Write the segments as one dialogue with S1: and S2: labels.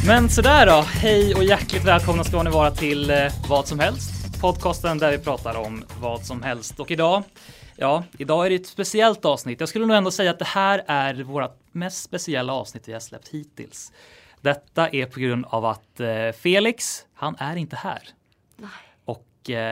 S1: Men sådär då, hej och hjärtligt välkomna ska ni vara till Vad som helst. Podcasten där vi pratar om vad som helst. Och idag är det ett speciellt avsnitt. Jag skulle nog ändå säga att det här är vårt mest speciella avsnitt vi har släppt hittills. Detta är på grund av att Felix, han är inte här.
S2: Nej.
S1: Och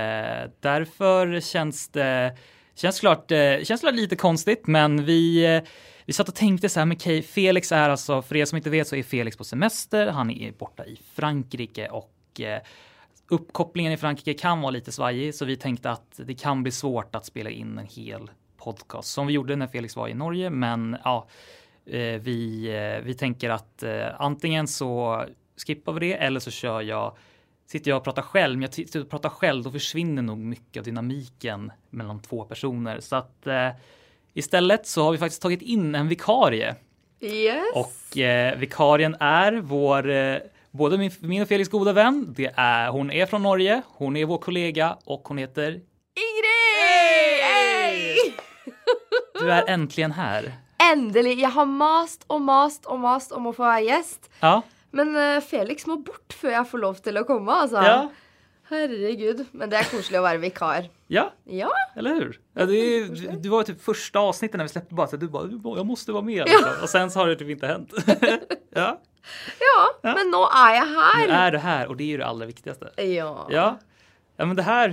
S1: därför känns klart lite konstigt, men vi satt och tänkte så här, men Felix är alltså, för er som inte vet så är Felix på semester. Han är borta i Frankrike och uppkopplingen i Frankrike kan vara lite svajig, så vi tänkte att det kan bli svårt att spela in en hel podcast som vi gjorde när Felix var i Norge. Men ja, vi tänker att antingen så skippar vi det eller så sitter jag och pratar själv. Men jag sitter och pratar själv, då försvinner nog mycket av dynamiken mellan två personer. Så att istället så har vi faktiskt tagit in en vikarie.
S2: Yes.
S1: Och vikarien är både min och Felix goda vän. Hon är från Norge, hon är vår kollega och hon heter
S2: Ingrid! Hey!
S1: Du är äntligen här.
S2: Endelig. Jag har mast om att få vara gäst.
S1: Ja.
S2: Men Felix må bort för jag får lov till att komma, alltså.
S1: Ja.
S2: Herregud, men det är koselig att vara vikar.
S1: Ja.
S2: Ja.
S1: Eller hur? Ja, det var typ första avsnittet när vi släppte bara så du bara jag måste vara med. Ja. Och sen så har det typ inte hänt. Ja.
S2: Ja, men nu är jag här.
S1: Nu är du här och det är ju det allra viktigaste.
S2: Ja.
S1: Ja. Ja, men det här,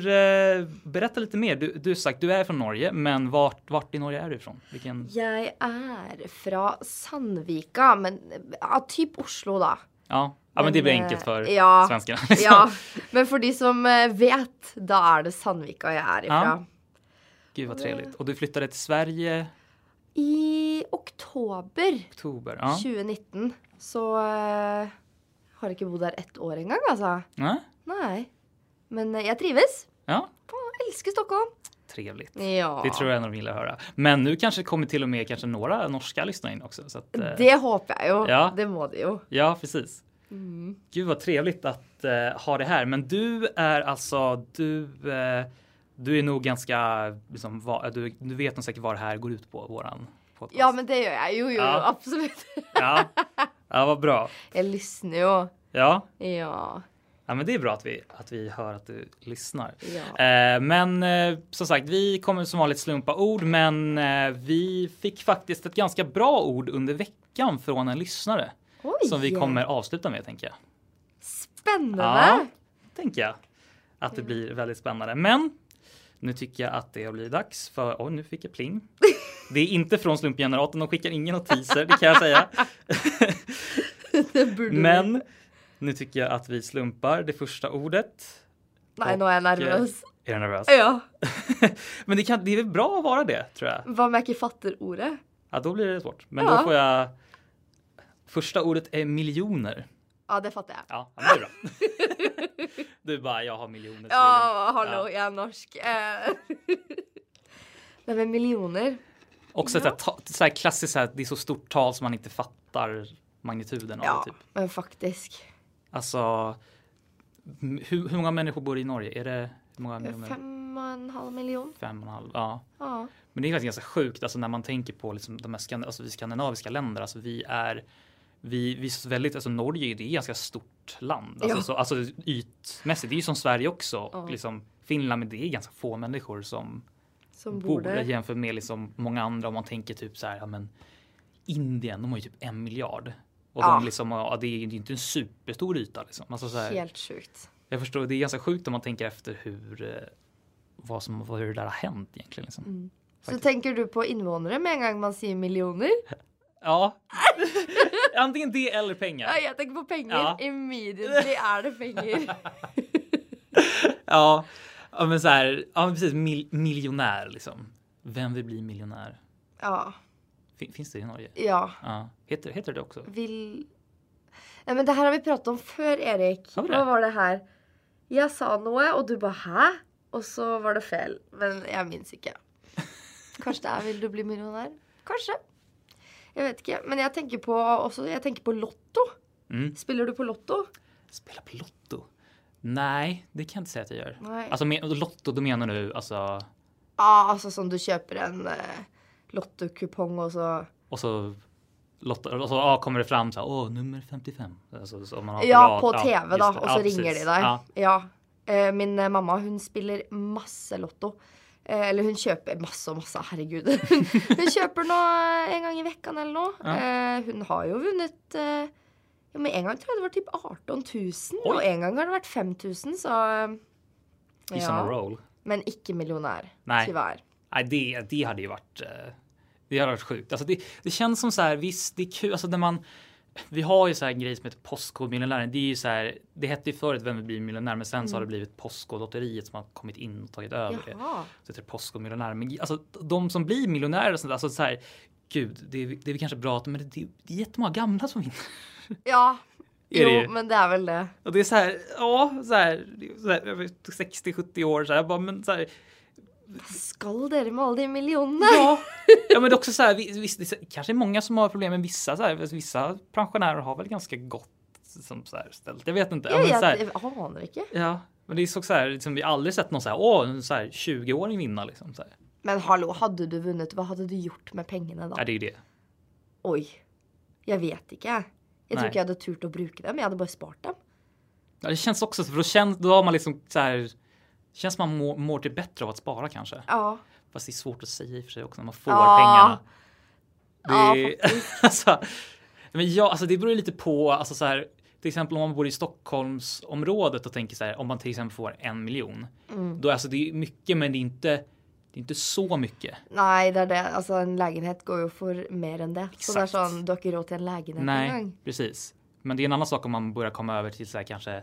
S1: berätta lite mer. Du sagt, du är från Norge, men vart i Norge är du ifrån?
S2: Jag är från Sandvika, men typ Oslo då.
S1: Ja, men det blir enkelt för svenskarna. Liksom.
S2: Ja, men för de som vet, då är det Sandvika jag är ifrån.
S1: Ja. Gud vad trevligt. Och du flyttade till Sverige?
S2: I oktober
S1: Ja.
S2: 2019. Så har inte bott där ett år en gång, alltså. Nej. Men jag trivs.
S1: Ja.
S2: Jag älskar Stockholm.
S1: Trevligt.
S2: Ja.
S1: Det tror jag nog vill höra. Men nu kanske kommer till och med kanske några norska lyssnare in också. Så att,
S2: det hoppas jag ju.
S1: Ja.
S2: Det må det ju.
S1: Ja, precis. Gud vad trevligt att ha det här. Men du är alltså, du är nog ganska, liksom, du vet nog säkert vad det här går ut på, våran podcast.
S2: Ja, men det gör jag. Jo, absolut.
S1: Ja, vad bra.
S2: Jag lyssnar ju.
S1: Ja. Ja, men det är bra att vi hör att du lyssnar.
S2: Ja.
S1: Men som sagt, vi kommer som vanligt slumpa ord, men vi fick faktiskt ett ganska bra ord under veckan från en lyssnare.
S2: Oj.
S1: Som vi kommer avsluta med, tänker jag.
S2: Spännande.
S1: Ja, tänker jag. Att det blir väldigt spännande. Men nu tycker jag att det har blivit dags för... nu fick jag pling. Det är inte från slumpgeneratorn. De skickar ingen notiser, det kan jag säga. Men nu tycker jag att vi slumpar det första ordet.
S2: Nej, nu är jag nervös.
S1: Är du nervös?
S2: Ja.
S1: Men det är väl bra att vara det, tror jag.
S2: Vad man inte fattar ordet?
S1: Ja, då blir det svårt. Men då får jag... Första ordet är miljoner.
S2: Ja, det fattar jag.
S1: Ja, det är bra. Du bara, jag har miljoner.
S2: Ja, hallå, jag är norsk. Nej, men miljoner.
S1: Också så här klassiskt, så här, det är så stort tal som man inte fattar magnituden av det, typ.
S2: Ja, men faktiskt.
S1: Alltså, hur många människor bor i Norge? Är det hur många miljoner?
S2: 5,5 miljoner.
S1: 5,5, ja.
S2: Ja.
S1: Men det är faktiskt ganska sjukt, alltså när man tänker på liksom de här vi skandinaviska länder, alltså vi är väldigt, alltså Norge, det är ett ganska stort land. Alltså, alltså ytmässigt, det är ju som Sverige också.
S2: Ja.
S1: Och liksom Finland, men det är ganska få människor som
S2: bor där.
S1: Jämfört med liksom många andra. Om man tänker typ så här, ja men Indien, de har ju typ 1 miljard. Och de liksom, det är ju inte en superstor yta liksom. Alltså så här,
S2: helt sjukt.
S1: Jag förstår, det är ganska sjukt om man tänker efter hur det där har hänt egentligen liksom.
S2: Så tänker du på invånare med en gång man säger miljoner?
S1: Ja. Antingen det eller pengar.
S2: Ja, jag tänker på pengar. Ja. Immediately är det pengar.
S1: Ja, men så här, precis, miljonär liksom. Vem vill bli miljonär?
S2: Ja.
S1: Finns det i Norge?
S2: Ja.
S1: Heter det också?
S2: Nej, men det här har vi pratat om för Erik. Vad var det här? Jag sa något och du bara, hä? Och så var det fel. Men jag minns inte. Kanske där vill du bli miljonär? Kanske. Jag vet inte. Men jag tänker på Lotto. Spelar du på Lotto?
S1: Spela på Lotto? Nej, det kan jag inte säga att jag gör.
S2: Nej.
S1: Alltså Lotto, då menar du alltså...
S2: Ja, alltså som du köper en Lotto-kupong och så...
S1: Och så Lotter, och så kommer det fram så här, nummer 55. Alltså, så man
S2: har på tv då, och så ringer
S1: precis.
S2: de dig. Ja. Min mamma, hon spelar masse lotto. Eller hon köper massa, herregud. Hon köper nå en gång i veckan eller något. Hon har ju vunnit... men en gång tror jag det var typ 18 000. Och en gång har det varit 5 000. Så...
S1: He's on a roll.
S2: Men icke miljonär, tyvärr.
S1: Nej, det hade ju varit... Det hade varit sjukt. Alltså det känns som så här, visst, det är kul. Alltså när man... Vi har ju så här en grej som heter Postkodmiljonären. Det är ju så här, det hette ju förut Vem vill bli miljonär, men sen så har det blivit Postkodlotteriet som har kommit in och tagit över det. Så det heter Postkodmiljonären. Men alltså de som blir miljonärer och sånt, alltså så här, gud, det är kanske bra att men det är jättemånga gamla som vinner.
S2: Ja. Men det är väl det.
S1: Och det är så här, så här 60-70 år så här, bara, men så här,
S2: skall det med alla de miljonerna?
S1: Ja, men det är också så här, det kanske är många som har problem med vissa pensionärer har väl ganska gott som så här ställt. Jag vet inte.
S2: Jag anar inte.
S1: Ja, men det är så här liksom, vi har aldrig sett någon så här 20-åring vinna liksom så här.
S2: Men hallå, hade du vunnit, vad hade du gjort med pengarna då?
S1: Ja, det är ju det.
S2: Oj. Jag vet inte. Jag tror inte jag hade turt att bruka dem, jag hade bara sparat dem. Ja,
S1: det känns också för då har man liksom så här, känns man mår det bättre av att spara kanske.
S2: Ja.
S1: Fast det är svårt att säga i och för sig också när man får pengarna. Alltså det beror lite på, alltså så här, till exempel om man bor i Stockholmsområdet och tänker så här, om man till exempel får 1 miljon. Då alltså det är mycket, men det är inte så mycket.
S2: Nej, det är det. Alltså en lägenhet går ju för mer än det. Exakt. Så det är sån, du har inte råd till en lägenhet en gång.
S1: Nej, precis. Men det är en annan sak om man börjar komma över till så här kanske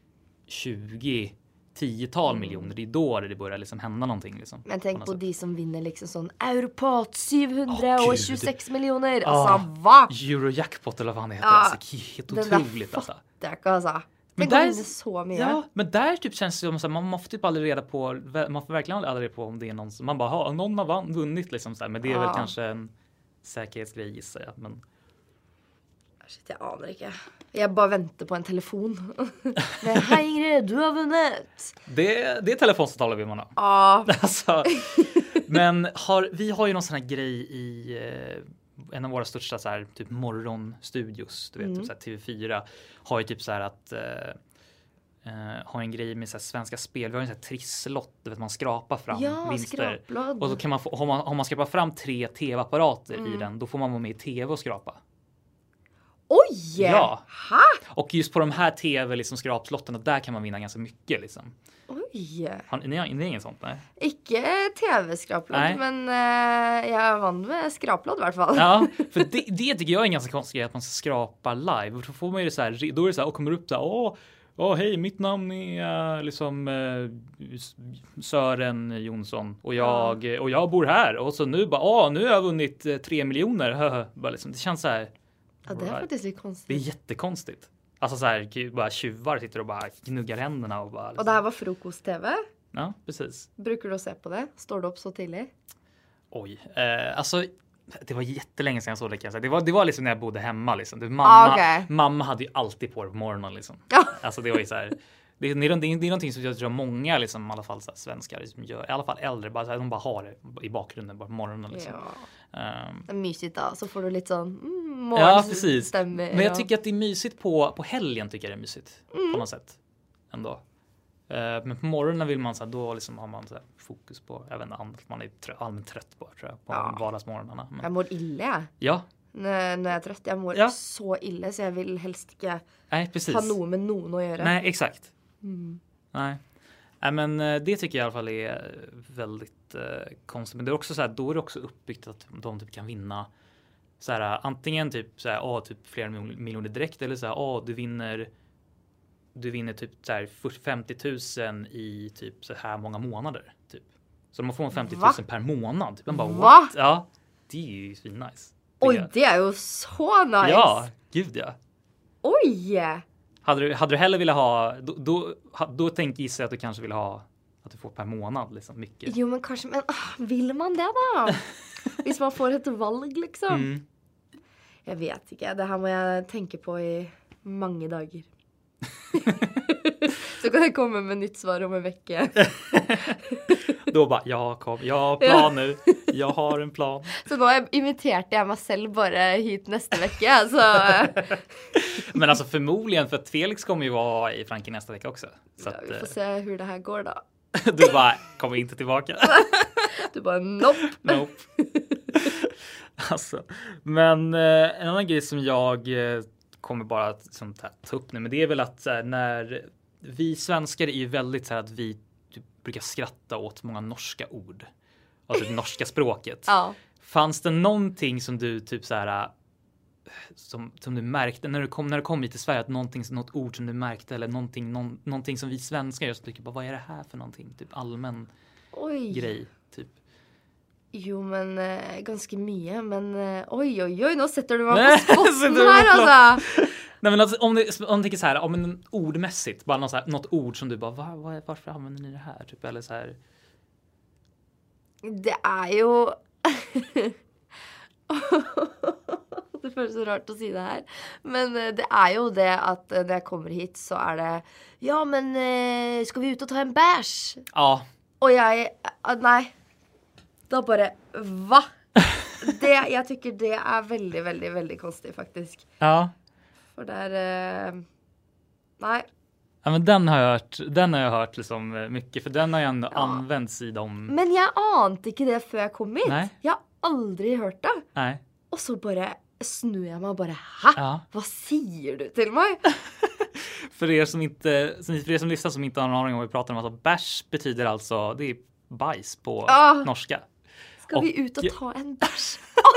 S1: 10-tal miljoner. Det är då det börjar liksom hända någonting. Liksom,
S2: men tänk på de som vinner liksom sån Europot 726 miljoner. Alltså, va?
S1: Eurojackpot eller vad han heter. Alltså, helt otroligt.
S2: Alltså. Men där så mycket.
S1: Ja, men där typ känns det som att man får typ aldrig reda på, man får verkligen aldrig reda på om det är någon som man bara någon har vunnit liksom så här, men det är väl kanske en säkerhetsgrej gissar jag, men
S2: shit, jag anar inte. Jag bara väntar på en telefon. Men hej Ingrid, du har vunnit.
S1: Det är telefonsamtal vill man ha.
S2: Ja.
S1: Alltså, men vi har ju någon sån här grej i en av våra största så här, typ morgonstudios, du vet, typ så här, TV4 har ju typ så här att har en grej med så här, Svenska Spel. Vi har en sån här trisslott, du vet, man skrapar fram vinster. Och så kan man få, om man skrapar fram 3 TV-apparater i den, då får man vara med i TV och skrapa.
S2: Oj!
S1: Ja.
S2: Ha?
S1: Och just på de här TV liksom skrapslotterna, där kan man vinna ganska mycket liksom.
S2: Oj.
S1: Ni har ingen sånt, nej?
S2: Icke TV-skraplott, men jag vann med skraplott i alla fall.
S1: Ja, för det tycker jag är ganska konstigt att man skrapar live. Då får man ju det så här, då är det så här, och kommer upp så här, hej, mitt namn är liksom Sören Jonsson och jag bor här och så nu bara nu har jag vunnit 3 miljoner. Bara liksom, det känns så här.
S2: Ja, det är faktiskt lite konstigt.
S1: Det är jättekonstigt. Alltså så här, bara tjuvar sitter och bara gnuggar händerna och bara. Liksom.
S2: Och det här var frukost-TV.
S1: Ja, precis.
S2: Brukar du se på det? Står du upp så tidigt?
S1: Oj, alltså det var jättelänge sedan jag såg det, kan jag säga. Det var liksom när jag bodde hemma liksom. Mamma hade ju alltid på det på morgonen liksom.
S2: Ja.
S1: Alltså det var ju så här. Det är någonting som jag tror många liksom, i alla fall så här, svenskar liksom, gör, i alla fall äldre, bara så här, de bara har det i bakgrunden bara på morgonen liksom.
S2: Ja. Det är mysigt då, så får du lite sån
S1: morgonstämma. Men jag tycker att det är mysigt på helgen, tycker jag det är mysigt på något sätt ändå. Men på morgonen vill man så här, då liksom har man så här, fokus på även annat man är allmänt trött på, tror jag, på vardagsmorgnarna. Men
S2: jag mår illa.
S1: Ja.
S2: När jag är trött, jag mår så illa så jag vill helst inte ha något med någon att göra.
S1: Nej, exakt. Nej, men det tycker jag i alla fall är väldigt konstigt. Men det är också så här, då är det också uppbyggt att de typ kan vinna så här, antingen typ så här, typ flera miljoner direkt, eller så här, du vinner typ så här 50 000 i typ så här många månader typ. Så man får 50 000 per månad. Typ. Man bara, what? Ja, det är ju nice.
S2: Oj, det är ju så nice.
S1: Ja, gud ja.
S2: Oj!
S1: Hade du hellre vilja ha, då tänker jag att du kanske vill ha att du får per månad liksom mycket.
S2: Jo, men kanske, men vill man det då? Hvis man får ett valg liksom. Jag vet inte, det här må jag tänka på i många dagar. Så kan jag komma med nytt svar om en vecka.
S1: Då bara, jag har plan nu. Jag har en plan.
S2: Så då imiterade jag mig själv bara hit nästa vecka. Så.
S1: Men alltså förmodligen, för att Felix kommer ju vara i Frankrike nästa vecka också. Så
S2: ja, vi får se hur det här går då.
S1: Du bara, kommer inte tillbaka.
S2: Du bara, nope.
S1: Alltså, men en annan grej som jag kommer bara att ta upp nu, men det är väl att när vi svenskar är ju väldigt så här att vi brukar skratta åt många norska ord. Alltså det norska språket.
S2: Ja.
S1: Fanns det någonting som du typ så här som du märkte när du kom hit till Sverige, att något ord som du märkte eller någonting som vi svenskar just tycker bara, vad är det här för någonting? Typ allmän grej typ.
S2: Jo, men ganska mycket, men oj, nu sätter du mig på spotten här alltså.
S1: Nej, men alltså, om du tänker så här, om en ordmässigt, bara något ord som du bara, varför använder ni det här? Typ, eller så här.
S2: Det är ju... Det känns så rart att säga det här. Men det är ju det att när jag kommer hit så är det, ja men ska vi ut och ta en bärs?
S1: Ja.
S2: Och nej. Då bara, va? Jag tycker det är väldigt, väldigt, väldigt konstigt faktiskt.
S1: Ja.
S2: För där, nej.
S1: Ja, men den har jag hört liksom mycket, för den har jag ändå använts i dem.
S2: Men jag ante inte det för jag kom hit.
S1: Nej.
S2: Jag har aldrig hört det.
S1: Nej.
S2: Och så bara snur jag mig och bara, vad säger du till mig?
S1: För er som lyssnar som inte har någon aning om vad vi pratar om, alltså bärs betyder alltså, det är bajs på norska.
S2: Ska vi ut och ta en bärs?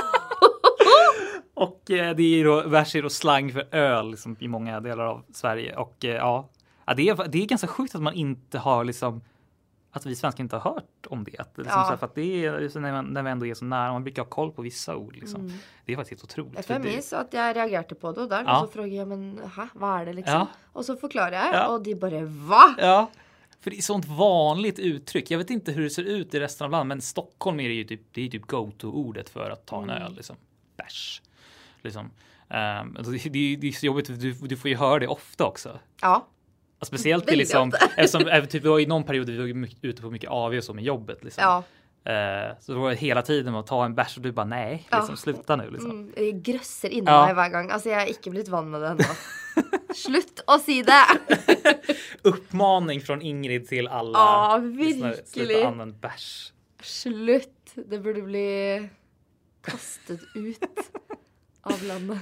S1: Och det är då, bärs är då slang för öl liksom, i många delar av Sverige. Och det är ganska sjukt att man inte har liksom, att vi svenskar inte har hört om det. Liksom, så för att det är så när vi ändå är så nära, man brukar ha koll på vissa ord liksom. Det är faktiskt helt otroligt.
S2: Jag minns att jag reagerade på det där och så frågade jag, men vad är det liksom? Ja. Och så förklarar jag och de bara, va?
S1: Ja. För det är sånt vanligt uttryck. Jag vet inte hur det ser ut i resten av landet, men Stockholm är det ju typ go-to-ordet för att ta en öl liksom. Bärs. Liksom. Det är så jobbigt, du får ju höra det ofta också.
S2: Ja.
S1: Och speciellt det liksom, eftersom typ, det var i någon period vi var ute på mycket AV och så med jobbet liksom.
S2: Ja.
S1: Så det var hela tiden att ta en bärs och du bara nej, liksom, sluta nu liksom.
S2: Det grösser innan mig varje gång. Alltså jag har inte blivit van med det ändå. Slut att säga det.
S1: Uppmaning från Ingrid till alla.
S2: Ja, verkligen.
S1: Sluta använda bärs.
S2: Slut. Det borde bli kastat ut av landet.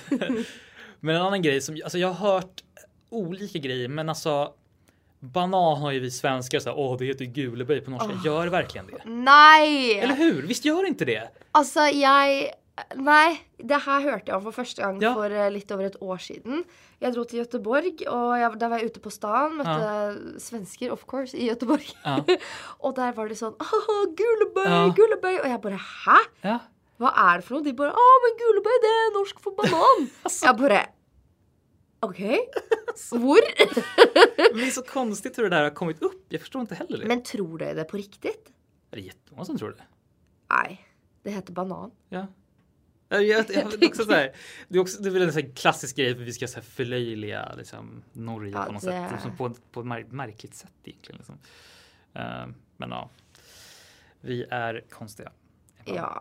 S1: Men en annan grej som, alltså jag har hört olika grejer, men alltså banan har ju vi svenskar så här, det heter guleböj på norska. Gör det verkligen det?
S2: Nej!
S1: Eller hur? Visst gör det inte det?
S2: Alltså nej, det här hörde jag för första gången för lite över ett år sedan. Jag drog till Göteborg och där var jag ute på stan, mötte svenskar of course i Göteborg. Och där var det sån, guleböj. Och jag bara,
S1: Ja.
S2: Vad är det för något? De bara, men guleböj det är norsk för banan. Alltså. Jag bara, okej. Hvor?
S1: Men det är så konstigt hur det där har kommit upp. Jag förstår inte heller det.
S2: Men tror du det på riktigt?
S1: Är det jättemånga som tror det?
S2: Nej, det heter banan.
S1: Ja. Jag också så här, det är väl en sån här klassisk grej för vi ska så här förlöjliga liksom, Norge på något sätt. Liksom på ett märkligt sätt egentligen. Liksom. Men ja, vi är konstiga.
S2: Ja.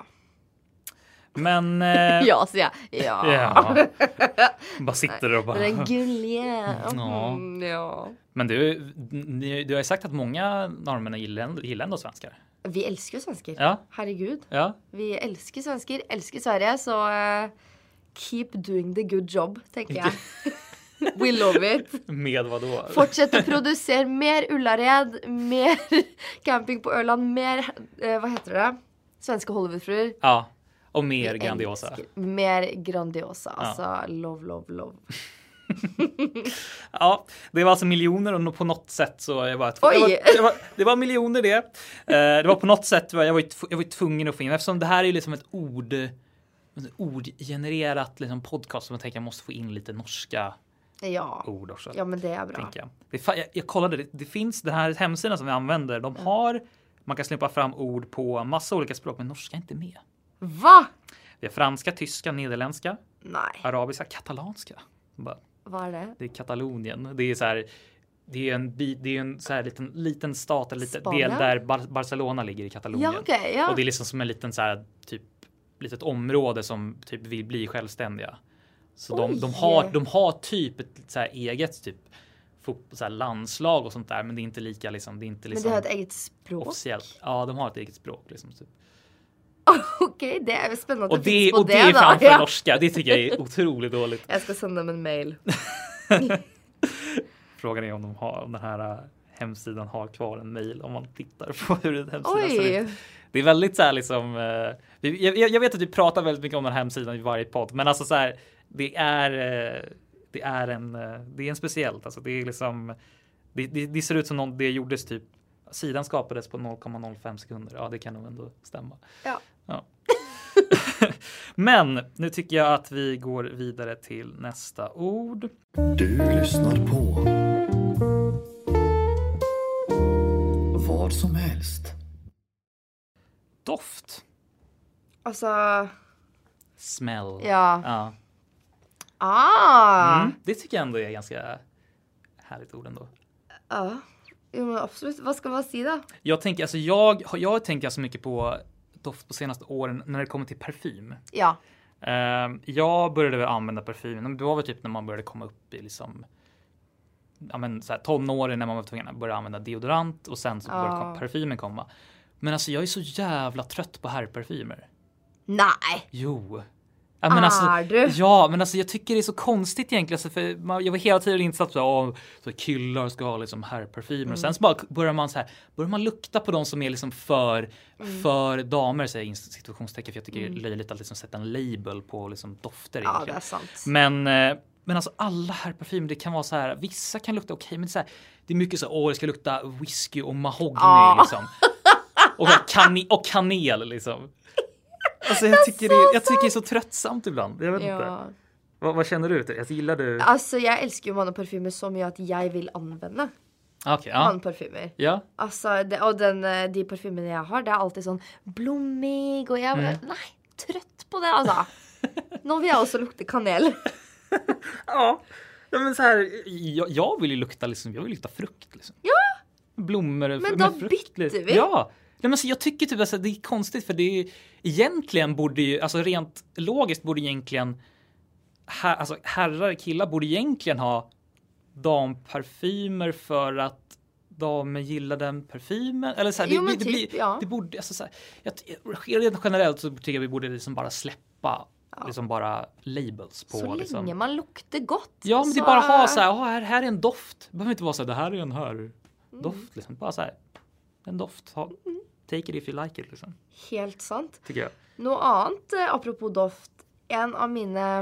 S1: Men...
S2: ja, så ja.
S1: Bara sitter och bara...
S2: Den gulliga.
S1: Ja. Men du har ju sagt att många norrmän gillar ändå svenskar.
S2: Vi älskar svenskar.
S1: Ja.
S2: Herregud.
S1: Ja.
S2: Vi älskar svenskar, älskar Sverige. Så keep doing the good job, tänker jag. We love it.
S1: Med vad då?
S2: Fortsätt producera mer Ullared, mer camping på Öland, mer, vad heter det? Svenska Hollywoodfruar.
S1: Ja. Och mer Grandiosa.
S2: Mer Grandiosa. Alltså, love.
S1: Ja, det var alltså miljoner och på något sätt så jag det var miljoner det. Det var på något sätt jag var tvungen att få in, eftersom det här är liksom ett ordgenererat liksom podcast som jag tänker jag måste få in lite norska ord också.
S2: Ja, men det är bra.
S1: Jag kollade, det finns den här hemsidan som vi använder, man kan släppa fram ord på massa olika språk, men norska är inte med.
S2: Va?
S1: Vi har franska, tyska, nederländska,
S2: nej,
S1: arabiska, katalanska.
S2: Vad är det?
S1: Det är Katalonien. Det är så här, det är en så här liten stat, en liten del där Barcelona ligger i Katalonien.
S2: Ja, okay, ja.
S1: Och det är liksom som en liten så här typ litet område som typ vill bli självständiga. Så de har typ ett så här eget typ så här landslag och sånt där, men det är inte lika liksom,
S2: men det har ett eget språk.
S1: Officiellt. Ja, de har ett eget språk liksom typ.
S2: Okej, det är spännande.
S1: Och det är framför norska. Det tycker jag är otroligt dåligt.
S2: Jag ska sända dem en mail.
S1: Frågan är om den här hemsidan har kvar en mail om man tittar på hur den hemsidan ser ut. Det är väldigt så här liksom jag vet att vi pratar väldigt mycket om den här hemsidan i varje podd, men alltså så här det är en speciellt, alltså det är liksom det ser ut som det gjordes typ, sidan skapades på 0,05 sekunder. Ja, det kan nog ändå stämma.
S2: Ja.
S1: Men nu tycker jag att vi går vidare till nästa ord.
S3: Du lyssnar på vad som helst.
S1: Doft.
S2: Alltså
S1: smell.
S2: Ja.
S1: Det tycker jag ändå är ganska härligt ord ändå.
S2: Ja. Jo, men absolut. Vad ska man säga då?
S1: Jag tänker alltså jag tänker så mycket på doft på senaste åren när det kommer till parfym.
S2: Ja.
S1: Jag började väl använda parfym. Det var väl typ när man började komma upp i liksom så här tonåren, när man var tvungen att börja använda deodorant, och sen så började parfymen komma. Men alltså jag är så jävla trött på herrparfymer.
S2: Nej.
S1: Jo. Ja, men alltså jag tycker det är så konstigt egentligen, för jag var hela tiden insatt så killar ska ha liksom herrparfymer, och sen så bara börjar man lukta på de som är liksom för damer, säger situationstecken, för jag tycker det är löjligt att liksom sätta en label på liksom dofter egentligen.
S2: Ja, det är sant.
S1: Men alltså alla herrparfymer, det kan vara så här, vissa kan lukta okej, men det är mycket så det ska lukta whisky och mahogny liksom. Och kanel liksom. Alltså jag tycker det är så tröttsamt ibland. Jag vet inte. Vad känner du? Alltså, gillar du?
S2: Alltså jag älskar ju manparfymer så mycket att jag vill använda.
S1: Okay,
S2: manparfymer.
S1: Ja.
S2: Alltså de parfymer jag har, det är alltid sån blommig, och jag nej, trött på det alltså. Nu vill jag också lukta kanel.
S1: Ja, men så här, jag vill ju lukta liksom, jag vill lukta frukt liksom.
S2: Ja.
S1: Blommor
S2: men med då frukt. Bytte vi.
S1: Ja. Nej, men så jag tycker typ alltså, det är konstigt, för det är egentligen borde ju, alltså rent logiskt borde egentligen alltså herrar och killar borde egentligen ha damparfymer för att damer gillar den parfymen, eller så här, det borde alltså så här, rent generellt så tycker jag vi borde liksom bara släppa liksom bara labels på
S2: så
S1: liksom.
S2: Länge man luktar gott.
S1: Ja, men det är bara ha så här är en doft. Det behöver inte vara så här, det här är en här doft liksom, bara så här en doft. Take it if you like it liksom.
S2: Helt sant.
S1: Tycker jag.
S2: Något annat apropå doft, en av mina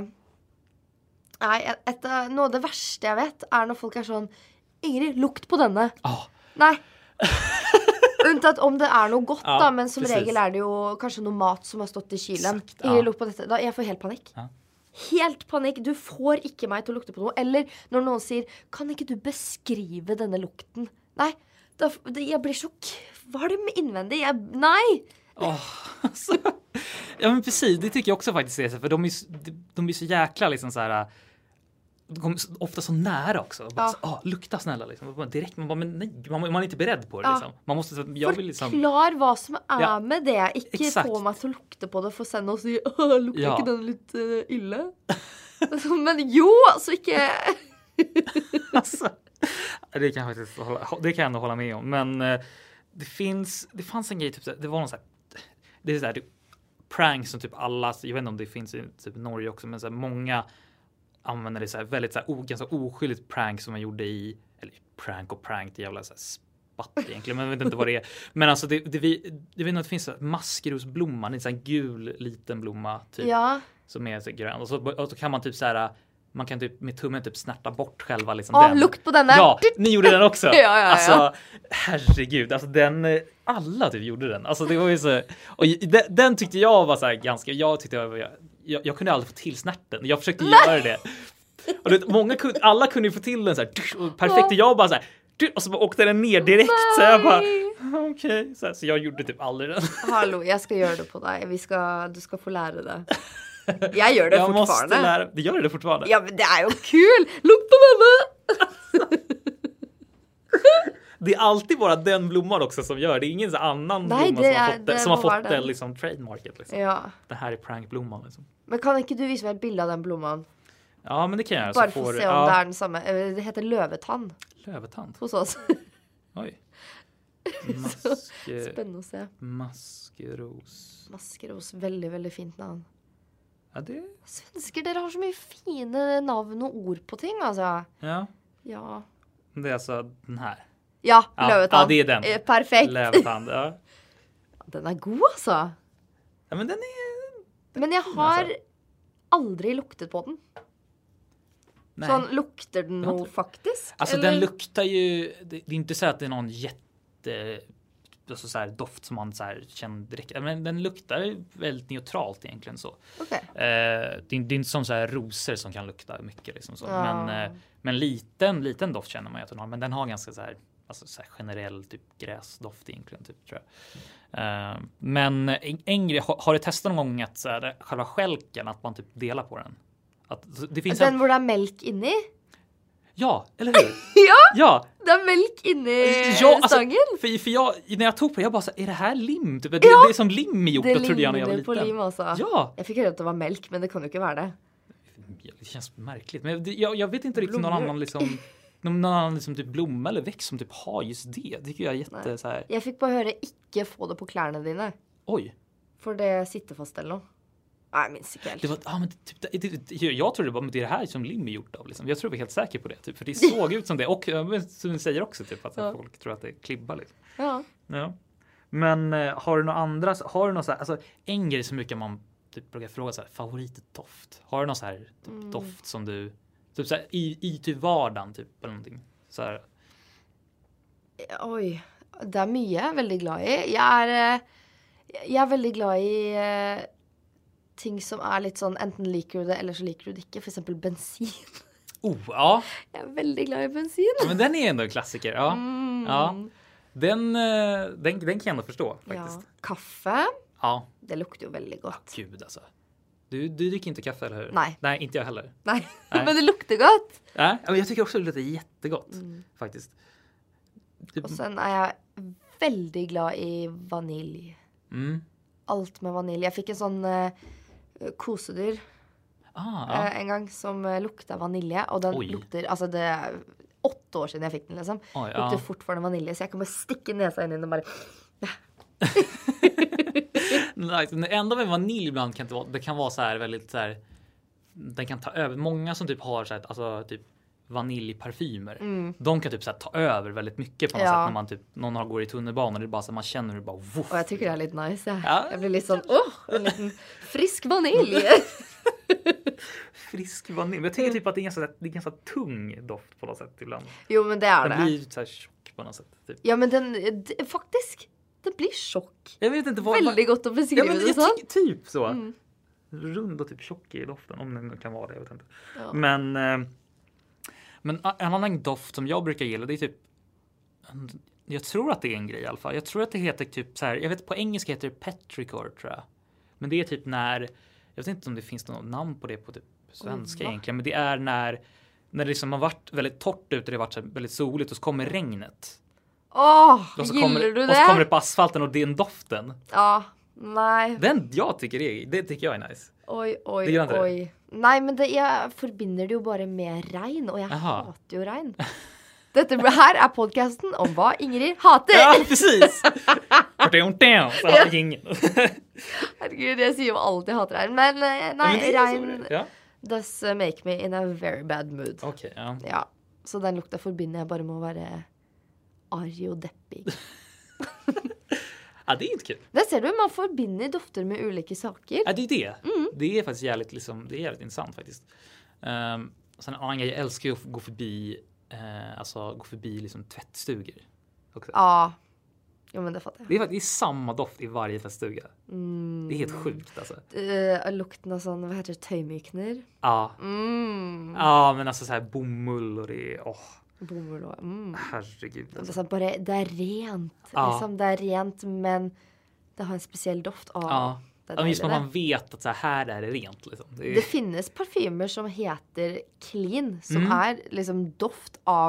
S2: något av det värsta jag vet är när folk är sån, Ingrid, lukt på denna. Nej. Unntatt om det är något gott då, men som regel är det ju kanske någon mat som har stått i kylen. Ingrid, lukt på detta. Då jag får helt panik. Ja. Helt panik. Du får inte mig till att lukta på något. Eller när någon säger, kan inte du beskriva denna lukten? Nej. Jag blir så kvalm invändig. Nej.
S1: Alltså. Ja, men precis, det tycker jag också faktiskt är så, för de är så jäkla liksom så här, de kommer ofta så nära också. Lukta snälla liksom. Direkt man är inte beredd på det liksom. Man måste
S2: förklara vad som är med det. Inte få mig att lukta på det för sen och säga luktar inte den lite illa. Men jo, så inte.
S1: Alltså, det kan jag faktiskt jag ändå hålla med om, men det fanns en grej typ, det var någon så här, det är så här pranks som typ alla, jag vet inte om det finns i typ Norge också, men så här, många använder det så här väldigt så här ganska oskyldigt prank som man gjorde i, eller prank det jävla så här spatt egentligen, men jag vet inte vad det är. Men alltså jag vet inte att det finns maskrosblomman, det är en sån här gul liten blomma typ, som är så grön, och så kan man typ så här, man kan typ med tummen typ snärta bort själva liksom den.
S2: Lukt på den där.
S1: Ja, ni gjorde den också.
S2: Ja.
S1: Alltså, herregud. Alltså den, alla typ gjorde den. Alltså det var ju så, och den tyckte jag var så här ganska, jag kunde aldrig få till snärten. Jag försökte göra det. Och alla kunde ju få till den så här, perfekt. Och jag bara så här, och så åkte den ner direkt. Så jag bara, okej. Så jag gjorde typ aldrig den.
S2: Hallå, jag ska göra det på dig. Du ska få lära det. Jag gör det fortfarande.
S1: Måste lära. Det gör det fortfarande.
S2: Ja, men det är ju kul. Lukt på denna.
S1: Det är alltid bara den blomman också som gör. Det är ingen så annan blomma som har fått den liksom trademarket. Liksom.
S2: Ja.
S1: Det här är prankblomman. Liksom.
S2: Men kan inte du visa mig ett bild av den blomman?
S1: Ja, men det kan jag.
S2: Bara för att se om det är den samma. Det heter lövetand.
S1: Lövetand?
S2: Hos oss.
S1: Oj.
S2: Spännande att se.
S1: Maskeros.
S2: Maskeros. Väldigt, väldigt fint namn.
S1: Ja, det...
S2: Svenskar, där har så mycket fina namn och ord på ting, alltså.
S1: Ja.
S2: Ja.
S1: Det är alltså den här.
S2: Ja, lövetand.
S1: Ja, det är den.
S2: Perfekt.
S1: Lövetand, ja.
S2: Den är god, alltså.
S1: Ja, men den är...
S2: Men jag har aldrig luktat på den.
S1: Nej.
S2: Sån luktar den nog faktiskt?
S1: Alltså
S2: eller?
S1: den luktar ju... Det är inte så att det är någon alltså så här doft som man så här känner direkt. Men den luktar väldigt neutralt egentligen så.
S2: Okay.
S1: Det är inte som så här rosor som kan lukta mycket liksom så. Men liten doft känner man ju att den har. Men den har ganska så här, alltså så här generell typ gräsdoft egentligen typ, tror jag. Men en grej, har du testat någon gång att så här, själva skälken, att man typ delar på den? Att, det finns
S2: den borde ha mjölk inne.
S1: Ja, eller hur?
S2: Ja! Det är mjölk inne i stången.
S1: För jag, när jag tog på det, jag bara så, är det här lim? Typ, det är som lim är gjort,
S2: det
S1: då trodde jag när jag var liten.
S2: På lim också.
S1: Ja!
S2: Jag fick höra att det var mjölk, men det kan ju inte vara det.
S1: Det känns märkligt. Men jag vet inte riktigt någon annan liksom typ blomma eller växt som typ har just det. Det tycker jag är jätte så här.
S2: Jag fick bara höra icke få det på kläderna dina.
S1: Oj.
S2: För det sitter fast eller något. Nej, jag minns inte helt.
S1: Det var, men typ, jag trodde bara att det är det här som lim är gjort av. Liksom. Jag tror vi är helt säker på det. Typ, för det såg ut som det. Och som du säger också typ, att folk tror att det är klibba. Liksom. Ja. Men har du några andra? Har du något så här, alltså, en grej som mycket man typ brukar fråga så här, favoritdoft. Har du någon så här typ, doft som du typ så här, i typ vardagen typ eller någonting så här?
S2: Oj, det är mycket jag är väldigt glad i. Jag är väldigt glad i ting som är lite sån, enten liker du det eller så liker du det inte. För exempel bensin.
S1: Ja.
S2: Jag är väldigt glad i bensin.
S1: Ja, men den är ändå en klassiker. Ja. Ja. Den kan jag ändå förstå faktiskt.
S2: Ja. Kaffe.
S1: Ja.
S2: Det luktar ju väldigt gott.
S1: Ja, gud alltså. Du dricker inte kaffe, eller hur?
S2: Nej.
S1: Nej, inte jag heller.
S2: Nej. Men det luktar gott.
S1: Ja, men jag tycker också det luktar jättegott faktiskt.
S2: Och sen är jag väldigt glad i vanilj. Allt med vanilj. Jag fick en sån kosedyr en gång som luktar vanilj. Och den luktar, alltså det är 8 år sedan jag fick den liksom. Luktar fortfarande vanilj. Så jag kommer sticka näsan in i den och bara...
S1: Nice. Det enda med vanilj ibland kan det kan vara så här väldigt så här, den kan ta över. Många som typ har så här, alltså typ vaniljparfymer. De kan typ så här, ta över väldigt mycket på något sätt när man typ någon går i tunnelbanan, det är bara så man känner hur det bara voff.
S2: Och jag tycker det är lite nice. Jag blir lite sån en liten frisk vanilj.
S1: Frisk vanilj. Men jag tycker typ att det är ganska tung doft på något sätt ibland.
S2: Jo, men det är det.
S1: Den blir så här tjock på något sätt typ.
S2: Ja, men faktiskt det blir tjock.
S1: Jag vet inte vad.
S2: Väldigt gott att beskriva det så.
S1: Typ så. Rund och typ tjock i doften, om den kan vara det, jag vet inte. Ja. Men en annan doft som jag brukar gilla, det är typ, jag tror att det är en grej i alla fall. Jag tror att det heter typ så här, jag vet på engelska heter det petrichor, tror jag. Men det är typ när, jag vet inte om det finns något namn på det på typ svenska egentligen, men det är när det liksom har varit väldigt torrt ute, det har varit så väldigt soligt och så kommer regnet.
S2: Gillar du det?
S1: Och så kommer det på asfalten och det är en doften.
S2: Ja, nej.
S1: Jag tycker det tycker jag är nice.
S2: Oj. Nej, men jag förbinder det ju bara med regn och jag hatar ju regn. Detta här är podcasten om vad Ingrid hatar.
S1: Ja, precis. Så har ingen.
S2: Herregud, jag säger ju alltid hatar regn. Men nej, regn does make me in a very bad mood.
S1: Okej,
S2: ja. Så den luktar förbinder jag bara med att vara arg och deppig.
S1: Ja, det är inte kul.
S2: Det ser du, man förbinder dofter med olika saker.
S1: Ja, det är det. Det är faktiskt jävligt, liksom, det är jävligt intressant faktiskt. Sen en annan grej, jag älskar ju att gå förbi liksom tvättstugor också.
S2: Ja. Jo, men det fattar jag.
S1: Det är samma doft i varje tvättstuga. Det är helt sjukt alltså.
S2: Lukten av sån, vad heter det, töjmykner?
S1: Ja. Ja, men alltså så här bomull och det är
S2: bomull och
S1: herregud.
S2: Alltså. Det är rent. Liksom, det är rent, men det har en speciell doft.
S1: Just när man vet att så här är det rent. Liksom.
S2: Det finns parfymer som heter clean, som är liksom doft av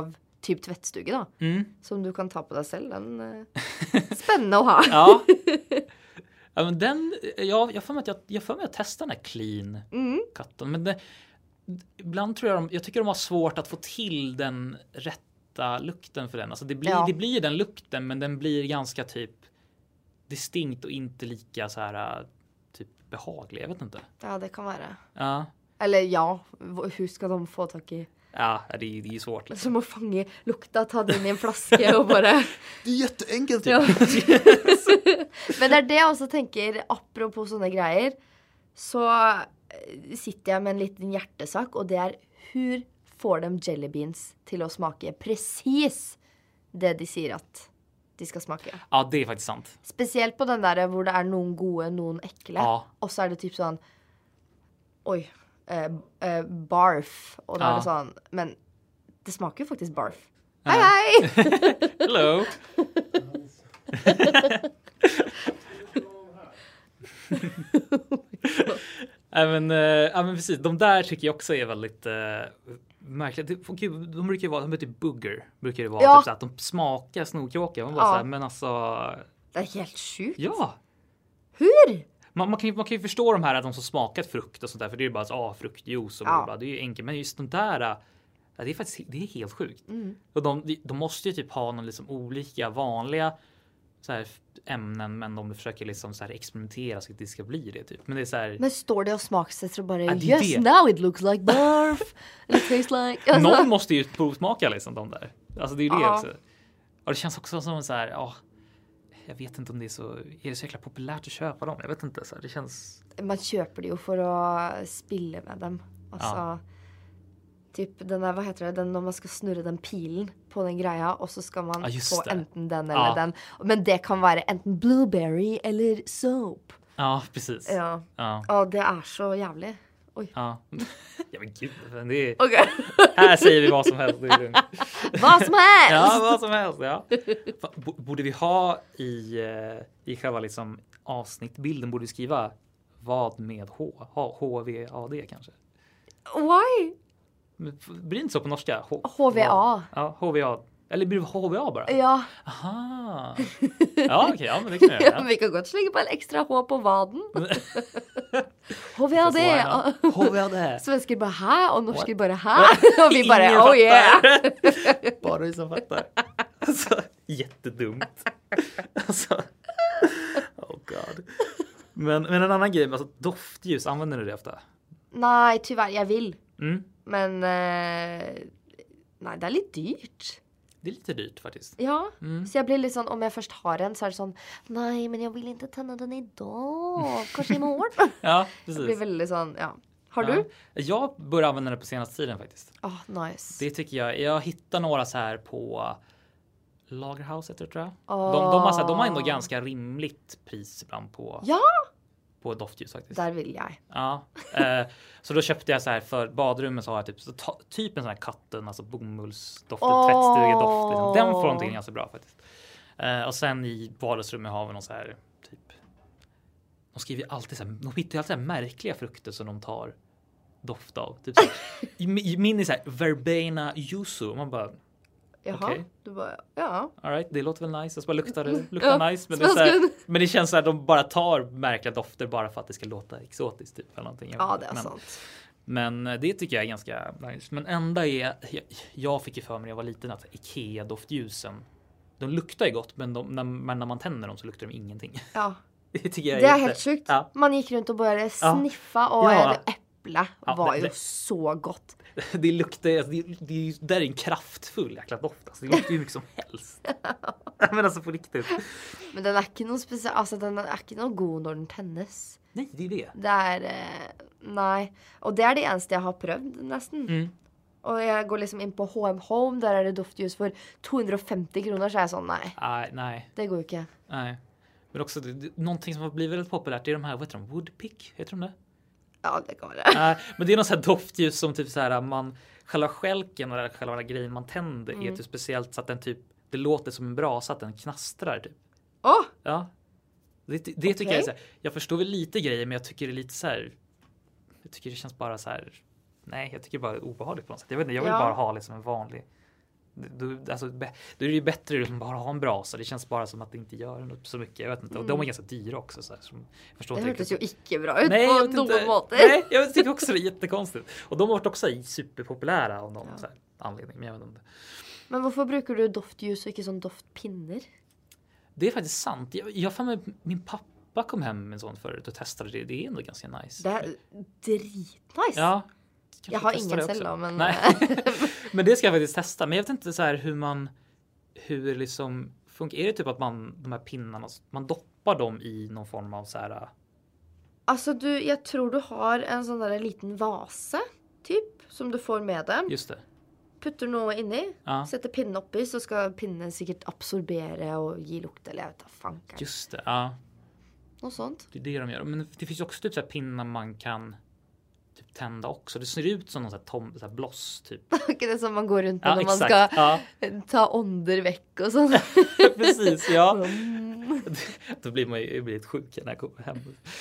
S2: typ tvättstuga då.
S1: Mm.
S2: Som du kan ta på dig själv. Den spännande att ha.
S1: Ja. Ja, men jag får mig att testa den här clean katten. Men ibland tror jag tycker de har svårt att få till den rätta lukten för den. Alltså det blir den lukten, men den blir ganska typ distinkt och inte lika så här typ behaglig. Jag vet inte.
S2: Ja, det kan vara.
S1: Ja.
S2: Eller hur ska de få tag i?
S1: Ja, det är svårt. Liksom.
S2: Som att fånga lukta, ta den i en flaska och bara...
S3: Det är jätteenkelt.
S2: Ja. Men det är det jag också tänker, apropå sådana grejer, så sitter jag med en liten hjärtesak, och det är hur får de jelly beans till att smaka precis det de säger att de ska smaka.
S1: Ja, det är faktiskt sant.
S2: Speciellt på den där där det är någon goda, någon äckliga.
S1: Ja.
S2: Och så är det typ sån, barf. Och då är det sån, men det smakar ju faktiskt barf. Hej hej!
S1: Hello! men precis, de där tycker jag också är väldigt märkliga. De brukar ju vara, de är typ bugger. Brukar det vara typ så att de smakar snorkråka. Så här, men alltså...
S2: Det är helt sjukt.
S1: Ja!
S2: Hur?
S1: Man kan ju förstå de här att de som smakat frukt och sånt där. För det är ju bara så, fruktjuice och bla. Det är ju enkelt. Men just de där... det är faktiskt helt sjukt. Och de måste ju typ ha någon liksom olika vanliga så här ämnen, men de försöker liksom så här experimentera så att det ska bli det typ. Men det är så här,
S2: men står det och smaksätter och bara
S1: yes,
S2: now it looks like barf. It tastes like... Alltså.
S1: Någon måste ju provsmaka liksom de där. Alltså det är ju det också. Och det känns också som så här, jag vet inte om det är så jäkla populärt att köpa dem. Jag vet inte, så här, det känns... Man
S2: köper det ju för att spilla med dem. Alltså... Typ den där, vad heter det? Den när man ska snurra den pilen på den greja, och så ska man få enten den eller den. Men det kan vara enten blueberry eller soap.
S1: Ja, precis.
S2: Ja, det är så jävligt. Oj.
S1: Ja. Ja, men gud. Det är...
S2: Okay.
S1: Här säger vi vad som helst. Det är lugnt.
S2: Vad som helst!
S1: Ja, vad som helst. Ja. Borde vi ha i själva liksom avsnittbilden, borde vi skriva vad med HVAD kanske?
S2: Why?
S1: Blir det inte så på norska?
S2: HVA.
S1: Ja, HVA. Eller blir det HVA bara?
S2: Ja.
S1: Aha. Ja, okej. Ja, men det kan jag göra.
S2: Vi kan gott slänga på en extra H på vaden. HVAD.
S1: HVAD.
S2: Svenskar bara här och norskar bara här. Och vi bara, oh yeah.
S1: Bara vi som fattar. Alltså, jättedumt. Alltså. Oh god. Men en annan grej, alltså doftljus, använder du det ofta?
S2: Nej, tyvärr, jag vill. Men nej, det är lite dyrt.
S1: Det är lite dyrt faktiskt.
S2: Ja, så jag blir liksom, om jag först har en så är det sån, nej men jag vill inte tända den idag. Kanske imorgon.
S1: Ja, precis. Det
S2: blir väldigt sån, Har du?
S1: Jag börjar använda det på senaste tiden faktiskt.
S2: Nice.
S1: Det tycker jag hittar några så här på Lagerhaus tror jag. De har ändå ganska rimligt pris ibland på. Ja. På doftljus faktiskt.
S2: Där vill jag.
S1: Ja. Så då köpte jag så här för badrummet, så har jag typ en sån här katten, alltså bomullsdoft, tvättstugedoft. Liksom. Den får någonting ganska bra faktiskt. Och sen i vardagsrummet har vi någon så här typ. De skriver alltid så här, de hittar alltid så här märkliga frukter som de tar doft av. Typ så här, min är så här verbena yuzu. Man bara
S2: jaha, okay. Du bara, ja.
S1: All right, det låter väl nice. Jag bara luktar nice. Men det, är så här, men det känns så här, de bara tar märkliga dofter bara för att det ska låta exotiskt typ eller någonting.
S2: Ja, det är sant.
S1: Men det tycker jag är ganska nice. Men enda är, jag fick ju för mig när jag var liten att Ikea-doftljusen, de luktar ju gott, men när man tänder dem så luktar de ingenting. Ja. Det tycker jag
S2: är helt sjukt. Ja. Man gick runt och började sniffa och äppla var ju så gott.
S1: Det luktar, alltså, det är en kraftfull jäkla doft. Alltså, det luktar ju mycket som helst. Men alltså på riktigt.
S2: Men den är inte någon speciell, alltså den är inte någon god när den tändes.
S1: Nej, det är det.
S2: Det är, nej. Och det är det enda jag har prövat nästan. Och jag går liksom in på H&M Home, där är det doftljus för 250 kronor, så är jag sån, nej. Det går ju inte.
S1: Nej. Men också, någonting som har blivit väldigt populärt är de här, vad heter de? Woodpick, heter de det?
S2: Ja, det kan det.
S1: Men det är någon sån här doftljus som typ så här, själva skälken och själva grejen man tänder är typ speciellt så att den typ, det låter som en brasa, att den knastrar typ. Ja. Det tycker jag är så här, jag förstår väl lite grejer, men jag tycker det är lite så här, jag tycker det känns bara så här, nej, jag tycker bara det är obehagligt på något sätt. Jag vet inte, jag vill bara ha liksom en vanlig Alltså, då är det ju bättre att bara ha en brasa. Det känns bara som att det inte gör något så mycket. Jag vet inte. Och de är ganska dyra också. Så här, jag förstår
S2: det
S1: inte
S2: hördes ju icke bra ut
S1: Nej,
S2: på någon måte.
S1: Nej, jag tycker också det är jättekonstigt. Och de har varit också superpopulära av någon så här anledning. Men jag vet inte.
S2: Men varför brukar du doftljus och inte sån doftpinner?
S1: Det är faktiskt sant. Jag fann med min pappa kom hem med en sån förut och testade det. Det är ändå ganska nice.
S2: Det är dritnice.
S1: Ja.
S2: Jag har ingen celler, men...
S1: Nej. Men det ska jag faktiskt testa. Men jag vet inte så här hur det liksom funkar. Är det typ att de här pinnarna, man doppar dem i någon form av så här...
S2: Alltså jag tror du har en sån där liten vase, typ, som du får med dig.
S1: Just det.
S2: Putter något in i, sätter pinnen upp i, så ska pinnen säkert absorbera och ge lukt, eller jag vet inte, fanka.
S1: Just det, ja.
S2: Något sånt.
S1: Det är det de gör. Men det finns också typ så här pinnar man kan typ tända också. Det ser ut som någon så här bloss typ.
S2: Det är som man går runt
S1: ja,
S2: när
S1: exakt.
S2: man ska ta onderväck och sånt.
S1: Precis, ja. Då blir man ju ett sjuk när jag kommer hem.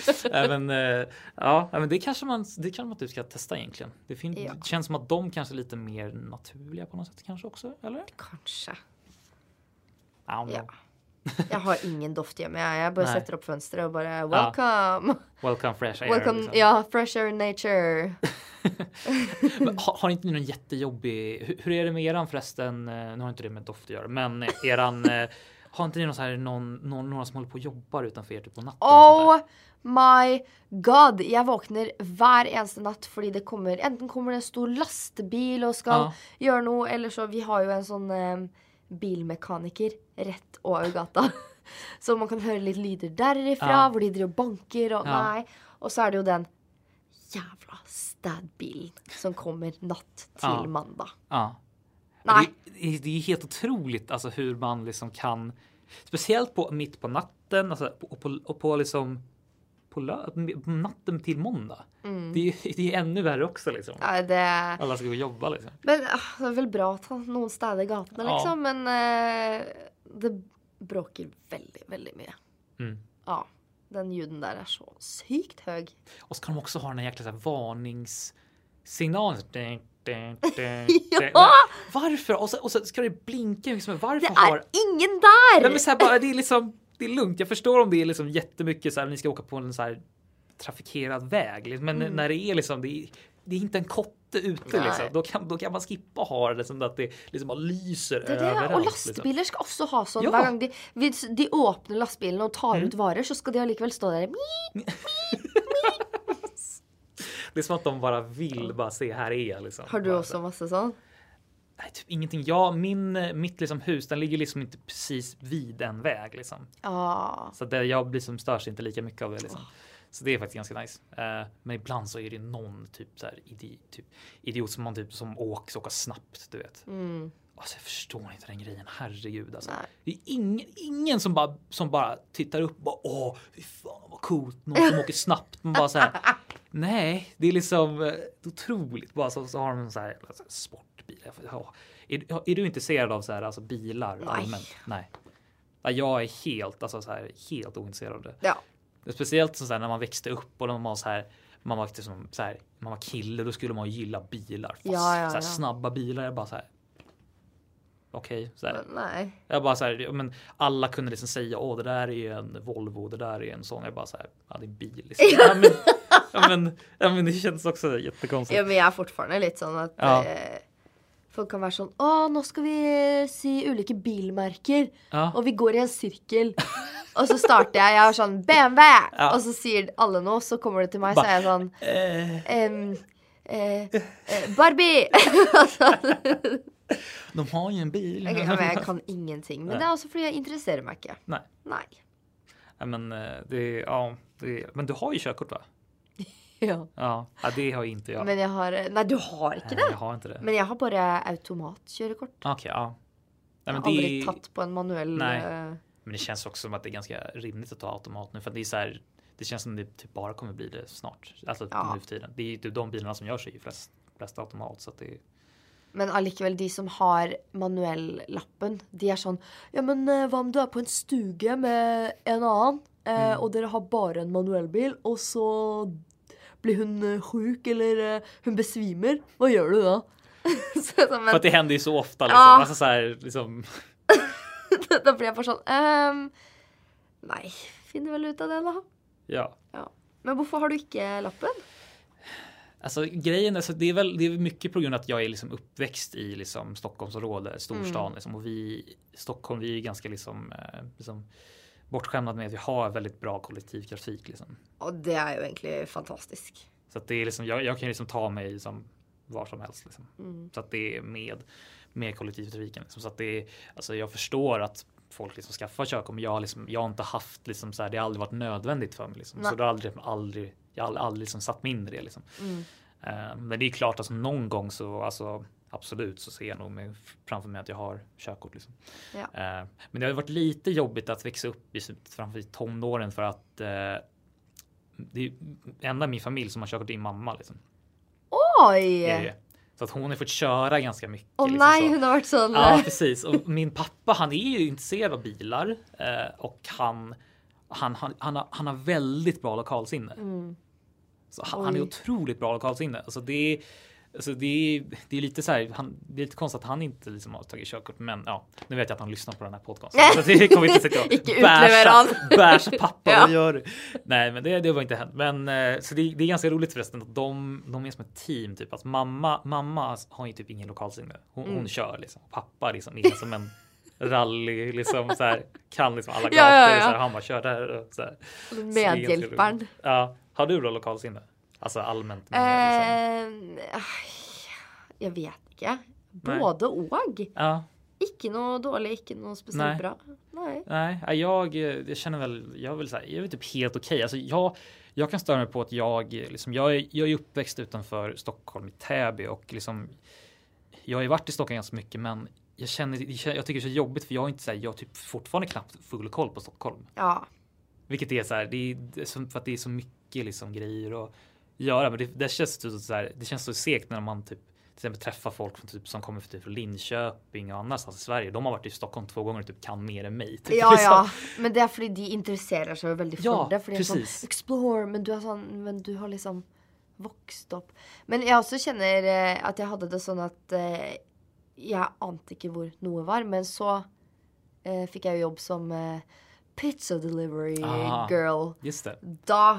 S1: Men det kanske man typ ska testa egentligen. Det känns som att de kanske är lite mer naturliga på något sätt kanske också, eller?
S2: Kanske.
S1: Ja.
S2: Jag har ingen doft i mig. Jag bara sätter upp fönstret och bara welcome.
S1: Welcome fresh air.
S2: Welcome, liksom. Ja, fresh air nature.
S1: Men har inte ni någon jättejobbig... Hur är det med eran förresten? Nu har inte det med doft att göra. Men har inte ni några som håller på och jobbar utanför er typ på natten?
S2: Oh my god. Jag vaknar var eneste natt fordi det enten kommer det en stor lastbil och ska göra något, eller så vi har ju en sån bilmekaniker rätt över gatan. Så man kan höra lite lyder därifrån hvor de driver banker och nej. Och så är det ju den jävla städbilen som kommer natt till måndag.
S1: Ja.
S2: Nej.
S1: Det är helt otroligt alltså hur man liksom kan, speciellt mitt på natten, alltså på liksom på natten till måndag. Det är ännu värre också liksom.
S2: Ja,
S1: alla ska gå och jobba liksom.
S2: Men det är väl bra att någon städar gatorna liksom, men det bråkar väldigt, väldigt mycket. Ja, den ljuden där är så sykt hög. Och
S1: så kan de också ha den här jäkla så här varningssignalen. Varför? Och så ska det blinka liksom, varför
S2: det är ingen där.
S1: Nej, men så här, bara, det är liksom, det är lugnt. Jag förstår om det är liksom jättemycket så här, ni ska åka på en så här trafikerad väg, men när det är liksom det är inte en kotte ute liksom. Då kan man skippa ha det som att det liksom bara lyser överallt.
S2: Och lastbilar liksom. Ska också ha sån varje gång de öppnar lastbilen och tar ut varor, så ska de likväl stå där.
S1: Det är som att de bara vill bara se här är liksom.
S2: Har du också massa sån?
S1: Nej, typ ingenting. Mitt liksom hus, den ligger liksom inte precis vid en väg liksom. Så där jag blir som störs inte lika mycket av det liksom. Så det är faktiskt ganska nice. Men ibland så är det någon typ så här idiot som man typ som åker snabbt, du vet. Alltså jag förstår inte den grejen. Herregud alltså. Det är ingen som bara tittar upp och bara, fy fan vad coolt, någon som åker snabbt. Man bara så här. Nej, det är liksom otroligt. Bara så har de en så här sportbil. Är du intresserad av så här alltså bilar allmänt? Nej. Jag är helt ointresserad av det.
S2: Ja.
S1: Speciellt så här, när man växte upp och man var så här, man var kille, då skulle man gilla bilar. Fast, så här, snabba bilar är bara så här. Okej, så här.
S2: Nej.
S1: Jag bara så här, men alla kunde liksom säga, det där är en Volvo, det där är en sån. Jag bara så här, det är en bil liksom. Men det känns också jättekonstigt.
S2: Ja, men jag är fortfarande lite sån att folk kan vara sån, nu ska vi se olika bilmärken och vi går i en cirkel. Och så startar jag har sån BMW och så säger alla något, så kommer det till mig, så är jag sån Barbie.
S1: De har ju en bil.
S2: Men jag kan ingenting. Men det är också för att jag intresserar mig inte. Nej.
S1: Ja, men men du har ju körkort, va?
S2: Ja,
S1: det har inte jag.
S2: Men jag har... Nej, du har inte det.
S1: Jag har inte det.
S2: Men jag har bara automatkörkort.
S1: Okej, ja.
S2: Jag har aldrig tagit på en manuell...
S1: Nej. Men det känns också som att det är ganska rimligt att ta automat nu. För det är så här, det känns som det typ bara kommer bli det snart. Alltså nu för tiden. Det är ju de bilarna som gör sig flest automat. Så att det är...
S2: Men allikevel, de som har manuell lappen, de är sån, ja men vad om du är på en stuga med en annan och där har bara en manuell bil och så blir hon sjuk eller hon besvimer, vad gör du då?
S1: För att det händer ju så ofta liksom.
S2: Ja.
S1: Alltså så här, liksom.
S2: Då blir jag bara sånn nej, finner väl ut av det då.
S1: Ja.
S2: Men varför har du inte lappen?
S1: Alltså grejen är det är mycket på grund av att jag är liksom uppväxt i liksom Stockholmsområdet, storstan liksom, och Stockholm, vi är ganska liksom bortskämda med att vi har väldigt bra kollektivtrafik liksom.
S2: Och det är ju egentligen fantastiskt.
S1: Så att det är liksom jag kan liksom ta mig liksom var som helst liksom. Så att det är med kollektivtrafiken liksom. Så att det är, alltså jag förstår att folk liksom skaffar körkort, men jag har inte haft liksom så här, det har aldrig varit nödvändigt för mig liksom. Så det har jag har aldrig liksom satt mig in i det liksom. Men det är klart, alltså någon gång så alltså absolut så ser jag nog framför mig att jag har körkort liksom.
S2: Ja.
S1: Men det har varit lite jobbigt att växa upp framför tonåren, för att det är enda min familj som har körkort är mamma liksom.
S2: Oj!
S1: Så att hon har fått köra ganska mycket.
S2: Liksom, nej,
S1: så.
S2: Hon har varit sån.
S1: Ja, precis. Och min pappa, han är ju intresserad av bilar och han har väldigt bra lokalsinne. Så han är otroligt bra lokalsinne. Alltså det är lite så här, det är lite konstigt att han inte liksom har tagit körkort, men ja, nu vet jag att han lyssnar på den här podcasten. Så det kommer inte sitta och bärsa pappa, vad gör du? Nej, men det var inte hänt. Men så det är ganska roligt förresten att de är som ett team typ. Att mamma har ju typ ingen lokalsinne. Hon kör liksom. Pappa liksom är som en rally liksom så här, kan liksom alla gator så här, han bara kör där och så här.
S2: Medhjälparen.
S1: Ja, har du då lokalsinne? Alltså allmänt
S2: jag vet inte. Både och.
S1: Ja.
S2: Inte något dåligt, inte något speciellt bra.
S1: Nej, jag känner väl jag är typ helt okej. Alltså jag kan störa mig på att jag är uppväxt utanför Stockholm i Täby, och liksom jag har ju varit i Stockholm ganska mycket, men jag tycker det är så jobbigt, för jag är inte så här, jag har typ fortfarande knappt full koll på Stockholm.
S2: Ja.
S1: Vilket är så här, det är för att det är så mycket liksom grejer att göra, men det känns så här, det känns så segt när man typ till exempel träffar folk som kommer från Linköping och annanstans i Sverige. De har varit i Stockholm 2 gånger och typ kan mer än mig. Typ.
S2: Ja, men det är för att de intresserar sig väldigt för det. För det är sån, explore, men du har liksom vuxit upp. Men jag också känner att jag hade det sån att jag ante inte var något var, men så fick jag jobb som pizza delivery girl.
S1: Just det.
S2: Då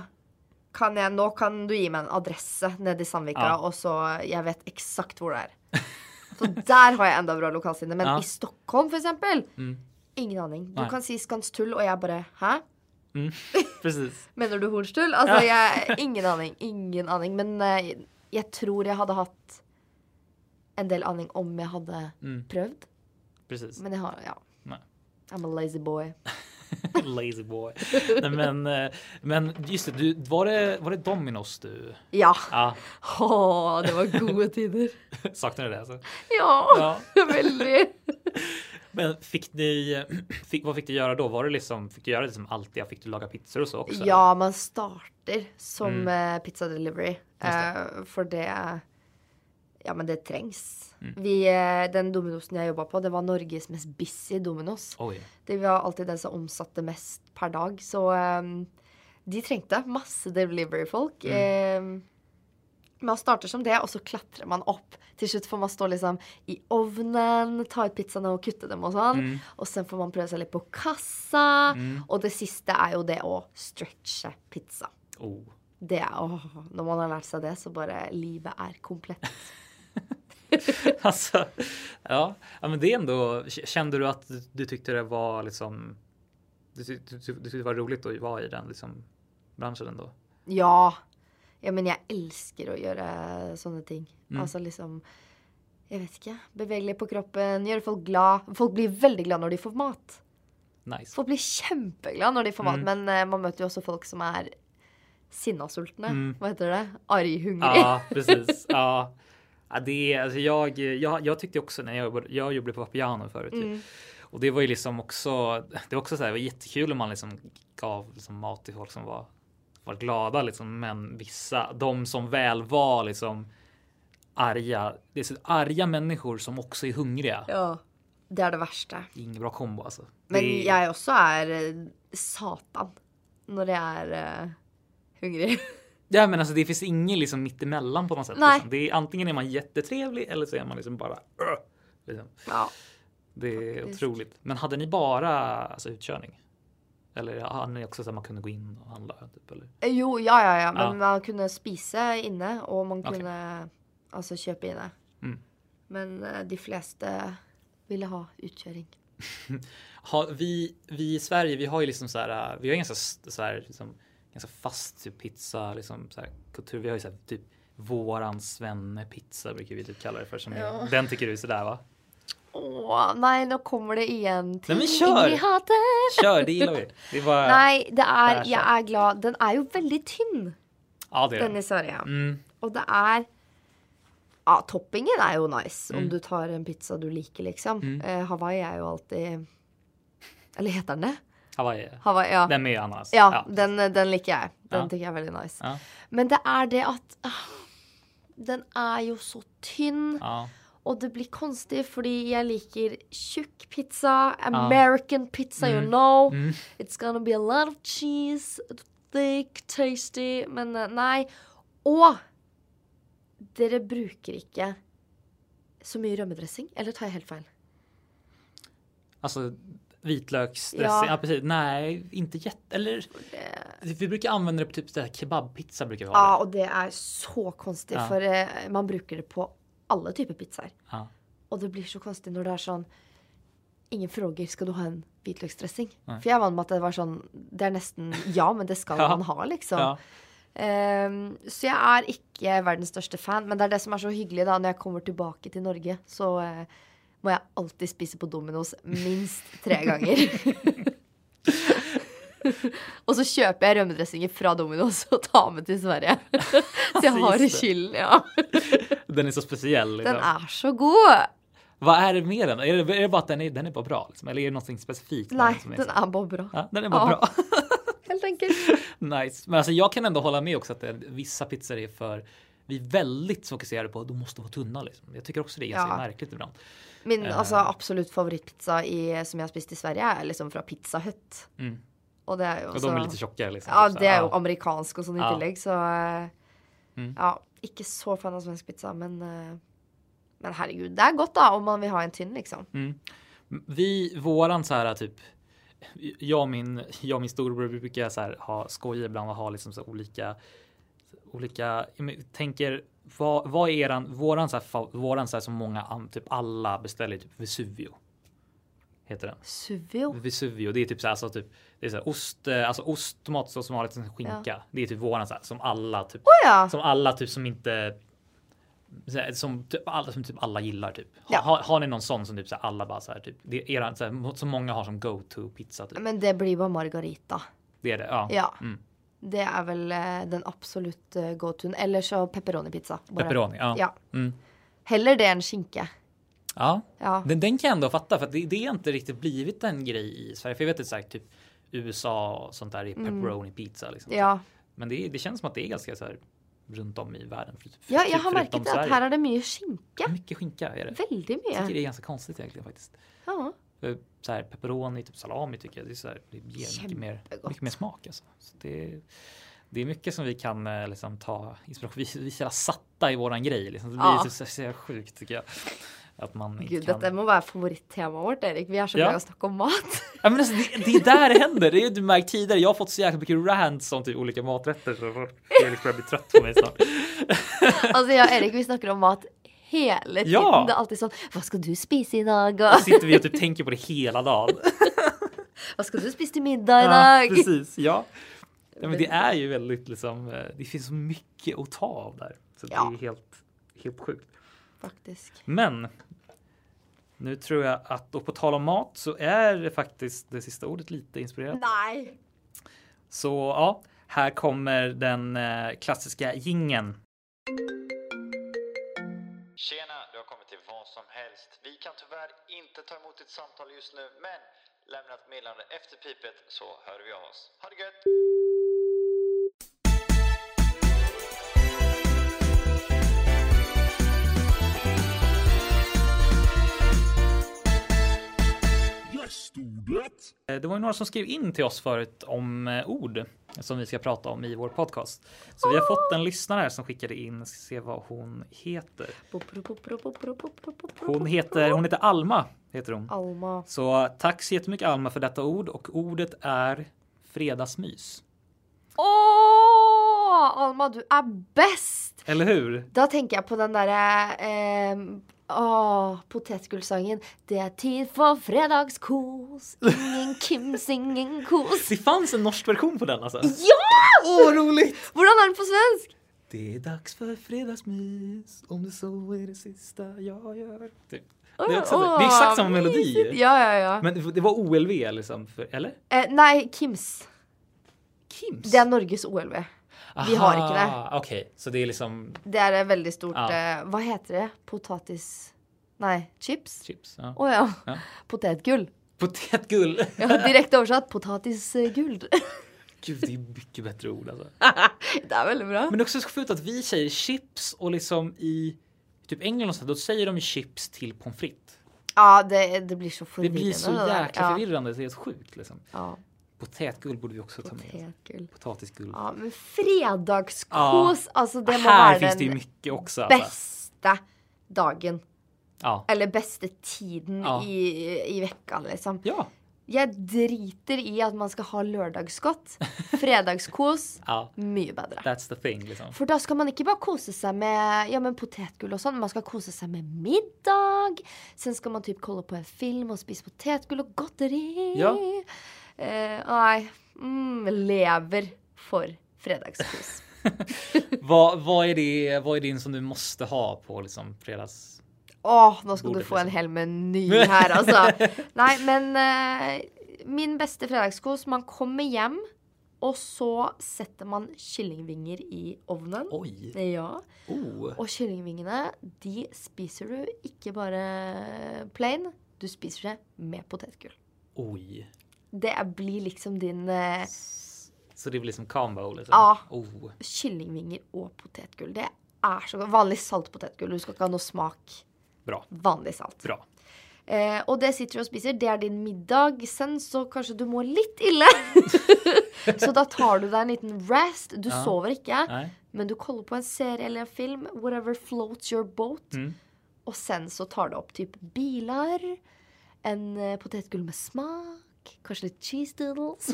S2: kan du ge mig en adress nere i Sandvika och så jag vet exakt var det är. Så där har jag ändå bra lokalsinne, men i Stockholm för exempel ingen aning. Du kan säga Skanstull och jag bara, hä?
S1: Precis.
S2: Menar du Hornstull? Alltså jag ingen aning, men jag tror jag hade haft en del aning om jag hade prövd.
S1: Precis.
S2: Men jag har
S1: Nej.
S2: I'm a lazy boy.
S1: Lazy boy. Nej, men just det, var det Domino's du?
S2: Ja. Det var goda tider.
S1: Saknar du det alltså?
S2: Ja. Väldigt.
S1: Men vad fick du göra då? Var det liksom, fick du göra liksom allt det? Fick du laga pizzor och så också?
S2: Ja, man startar som pizza delivery. För det men det trängs. Den Dominosen jag jobbar på, det var Norges mest busy Domino's.
S1: Oj.
S2: Det var alltid den som omsatte mest per dag. Så de trängte masse delivery-folk. Man startar som det, och så klättrar man upp. Till slut får man stå liksom i ovnen, ta ut pizzarna och kutta dem och sånt. Och sen får man pröva sig lite på kassa. Och det sista är ju det att stretcha pizza. Det när man har lärt sig det så bara livet är komplett.
S1: Alltså, ja, men det är ändå, kände du att du tyckte det var liksom, du tyckte det var roligt att vara i den liksom branschen ändå?
S2: Ja, men jag älskar att göra sådana ting. Alltså liksom, jag vet inte, beveglig på kroppen, göra folk glad. Folk blir väldigt glada när de får mat.
S1: Nice.
S2: Folk blir kämpeglada när de får mat, men man möter ju också folk som är sinnasultna. Vad heter det? Arghungrig.
S1: Ja, precis. Ja, det är, alltså jag tyckte också när jag jobbade på Vapiano förut. Och det var ju liksom också, det var också så här, det var jättekul om man liksom gav liksom mat till folk som var glada liksom, men de som väl var liksom arga, det är så arga människor som också är hungriga.
S2: Ja, det är det värsta.
S1: Ingen bra kombo alltså.
S2: Men jag är också satan när det är hungrig.
S1: Ja, men alltså det finns ingen liksom mittemellan på något sätt.
S2: Nej.
S1: Liksom. Det är, antingen är man jättetrevlig eller så är man liksom bara liksom.
S2: Ja.
S1: Det är
S2: Faktiskt.
S1: otroligt. Men hade ni bara alltså, utkörning? Eller hade ni också så att man kunde gå in och handla? Typ, eller?
S2: Jo, ja. Men
S1: Ja.
S2: man kunde spisa inne och man
S1: Okej.
S2: kunde alltså köpa inne.
S1: Mm.
S2: Men de flesta ville ha utkörning.
S1: Vi i Sverige, vi har ju liksom så här, vi har ganska fast typ pizza liksom så här, kultur. Vi har ju så här, typ våran svennepizza brukar vi typ kalla det för. Som
S2: Ja.
S1: Den tycker du är sådär, va?
S2: Nej, nu kommer det igen.
S1: Nej, men kör!
S2: Ingrid hatar.
S1: Kör, det gillar vi. Det är bara,
S2: Nej,
S1: Där, så.
S2: jag är glad. Den är ju väldigt tunn.
S1: ja, det är
S2: Den
S1: det.
S2: i Sverige.
S1: Mm.
S2: Och det är... Ja, toppingen är ju nice.
S1: Mm.
S2: Om du tar en pizza du liker liksom. Hawaii är ju alltid... Eller heter den det?
S1: Hawaii,
S2: ja.
S1: den med ananas.
S2: Ja, den liker jag. Den
S1: Ja.
S2: tycker jag är väldigt nice.
S1: Ja.
S2: Men det är det att... den är ju så tunn.
S1: Ja.
S2: Och det blir konstigt fordi jag liker tjock pizza. American pizza, you know. It's gonna be a lot of cheese. Thick, tasty. Men nej. Og dere bruker ikke så mye rømmedressing. Eller tar jag helt fel?
S1: Alltså vitlöksdressing,
S2: Ja.
S1: ja precis. Nej, inte eller vi brukar använda det på typ så här kebabpizza brukar vi ha
S2: Ja,
S1: det.
S2: och det är så konstigt.
S1: Ja.
S2: För man brukar det på alla typer pizzor.
S1: Ja.
S2: Och det blir så konstigt när det är sån... Ingen frågar, ska du ha en vitlöksdressing?
S1: Nej.
S2: För jag var med att det var sån... Det är nästan, ja men det ska
S1: Ja.
S2: man ha liksom.
S1: Ja.
S2: Så jag är inte världens största fan. Men det är det som är så hyggligt då. När jag kommer tillbaka till Norge så må jag alltid spisa på Domino's minst 3 gånger. Och så köper jag römmedressingen från Domino's och tar med till Sverige. Så jag har det
S1: just det.
S2: kyl, ja.
S1: Den är så speciell. Liksom.
S2: Den är så god.
S1: Vad är det med den? Är det bara att den är bara bra? Liksom? Eller är det något specifikt? med
S2: Nej,
S1: som
S2: den
S1: så?
S2: är bara bra.
S1: Ja, den är bara
S2: Ja.
S1: bra.
S2: Helt enkelt.
S1: Nice. Men alltså jag kan ändå hålla med också att vissa pizzor är vi är väldigt fokuserade på att de måste vara tunna. Liksom. Jag tycker också det är ganska märkligt ibland.
S2: Min alltså, absolut favoritpizza som jag har spist i Sverige är liksom från Pizza Hut.
S1: Mm.
S2: Och det är ju
S1: Och
S2: också...
S1: de är lite tjockare. Liksom,
S2: Ja,
S1: typ så
S2: det
S1: här.
S2: är ju amerikansk och sånt i tillägg. Så ja, inte så fan av svensk pizza. Men herregud, det är gott då om man vill ha en tunn liksom.
S1: Mm. Våran så här typ jag och min storebror brukar så här ha skoj ibland och ha liksom så olika tänker vad är våran så här som många typ alla beställer typ Vesuvio heter den. Vesuvio, det är typ så här, alltså typ det är så här ost, tomatsås som har lite skinka. Ja. Det är typ våran så här som alla typ som alla typ som inte som typ alla gillar typ. Har ni någon sån som typ så här, alla bara så här typ det är så här, som många har som go to pizza typ.
S2: Men det blir bara margarita.
S1: Det är det. Ja.
S2: Ja. Det är väl den absolut go to eller så pepperoni pizza.
S1: Pepperoni, ja.
S2: Heller det än skinka.
S1: Ja.
S2: Ja.
S1: Den kan jag ändå fatta för att det är inte riktigt blivit en grej i Sverige. För jag vet inte så här, typ USA och sånt där i pepperoni pizza liksom.
S2: Ja.
S1: Men det känns som att det är ganska så här runt om i världen.
S2: Ja, jag har märkt att här är det mycket skinka.
S1: Mycket skinka är det.
S2: Väldigt mycket.
S1: Jag tycker det är ganska konstigt egentligen faktiskt.
S2: Ja.
S1: För så här pepperoni, typ salami tycker jag det är så här, det ger mycket mer smak alltså. Så det är mycket som vi kan liksom ta inspiration. Vi är så satta i våran grej liksom. Det blir typ så sjukt tycker jag. Att man inte
S2: Gud,
S1: kan...
S2: detta må vara favorittema vårt, Erik. Vi är så glada att snacka om mat.
S1: Ja, men alltså, det är där det händer. Det är du märkt tidigare. Jag har fått så jäkla mycket rants om typ olika maträtter. Så Felix börjar bli trött på mig snart.
S2: Alltså jag och Erik, vi snackar om mat hela tiden.
S1: Ja.
S2: Det är alltid sån, vad ska du spisa idag?
S1: Då sitter vi och typ tänker på det hela dagen.
S2: Vad ska du spisa till middag idag?
S1: Ja, precis, ja. Ja, men det är ju väldigt liksom, det finns så mycket att ta av där. Så det är helt sjukt.
S2: Faktiskt.
S1: Men nu tror jag att, och på tal om mat så är det faktiskt det sista ordet lite inspirerat.
S2: Nej.
S1: Så ja, här kommer den klassiska jingeln.
S4: Tjena, du har kommit till vad som helst. Vi kan tyvärr inte ta emot ditt samtal just nu, men lämna ett meddelande efter pipet så hör vi av oss. Ha det gött!
S3: Gästordet
S1: Det var ju några som skrev in till oss förut om ord som vi ska prata om i vår podcast. Så vi har fått en lyssnare här som skickade in, ska se vad hon heter. Hon heter Alma, heter hon.
S2: Alma.
S1: Så tack så jättemycket Alma för detta ord, och ordet är fredagsmys.
S2: Alma, du är bäst!
S1: Eller hur?
S2: Då tänker jag på den där potetgullsangen. Det är tid för fredagskos. Ingen Kims, ingen kos.
S1: Det fanns en norsk version på den alltså.
S2: Ja!
S1: Roligt!
S2: Hvordan är den på svensk?
S1: Det är dags för fredagsmys, om det så är det sista jag gör. Typ. Det är exakt samma melodi.
S2: Ja.
S1: Men det var OLV liksom, eller?
S2: Nej, Kims.
S1: Kims?
S2: Det är Norges OLV. Vi har inte det.
S1: Okej, så det är liksom...
S2: Det är väldigt stort... vad heter det? Potatis... Nej, chips?
S1: Chips, ja.
S2: Ja. Potetgull.
S1: Potetgull.
S2: Jag har direkt översatt potatisguld.
S1: Gud, det är mycket bättre ord alltså.
S2: Det är väldigt bra.
S1: Men det är också så ut att vi säger chips, och liksom i typ England och så, då säger de ju chips till pommes frites.
S2: Ja, det blir så förvirrande.
S1: Det blir så jäkla förvirrande, det är helt sjukt liksom.
S2: Ja.
S1: Potetgull borde vi också ta med.
S2: Potetgull.
S1: Potatisgull.
S2: Ja, men fredagskos, alltså det må
S1: här
S2: vara
S1: finns det ju
S2: den
S1: mycket också. Alltså.
S2: bästa dagen.
S1: Ja.
S2: Eller bästa tiden i veckan liksom.
S1: Ja.
S2: Jag driter i att man ska ha lördagsskott. Fredagskos, mycket bättre.
S1: That's the thing liksom.
S2: För då ska man inte bara kosa sig med potetgull och sånt. Man ska kosa sig med middag. Sen ska man typ kolla på en film och spisa potetgull och gotteri.
S1: Ja.
S2: Lever för fredagskos.
S1: vad är din som du måste ha på liksom fredags?
S2: Då ska du få en hel meny här alltså. Nej, men min bästa fredagskos, man kommer hem och så sätter man kyllingvinger i ovnen.
S1: Oj.
S2: Ja. Och kyllingvingarna, de spiser du inte bara plain, du spiser det med potetgull.
S1: Oj.
S2: Det blir liksom din...
S1: Så det blir liksom combo liksom?
S2: Ja. Kyllingvinger och potetgull. Det är så vanlig salt potetgull. Du ska inte ha någon smak.
S1: Bra.
S2: Vanlig salt.
S1: Bra.
S2: Och det sitter du och spiser. Det är din middag. Sen så kanske du mår lite illa. Så då tar du dig en liten rest. Du sover inte.
S1: Nej.
S2: Men du kollar på en serie eller en film. Whatever floats your boat. Och sen så tar du upp typ bilar. En potetgull med smak. Kanske lite cheese doodles.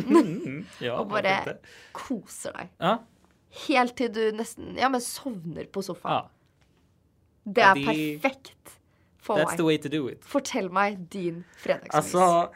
S1: Ja,
S2: och bara koser dig.
S1: Ja.
S2: Helt till du nästan sovnar på soffan. Det är perfekt för mig.
S1: That's the way to do it.
S2: Fortell mig din fredagsmys.
S1: Alltså,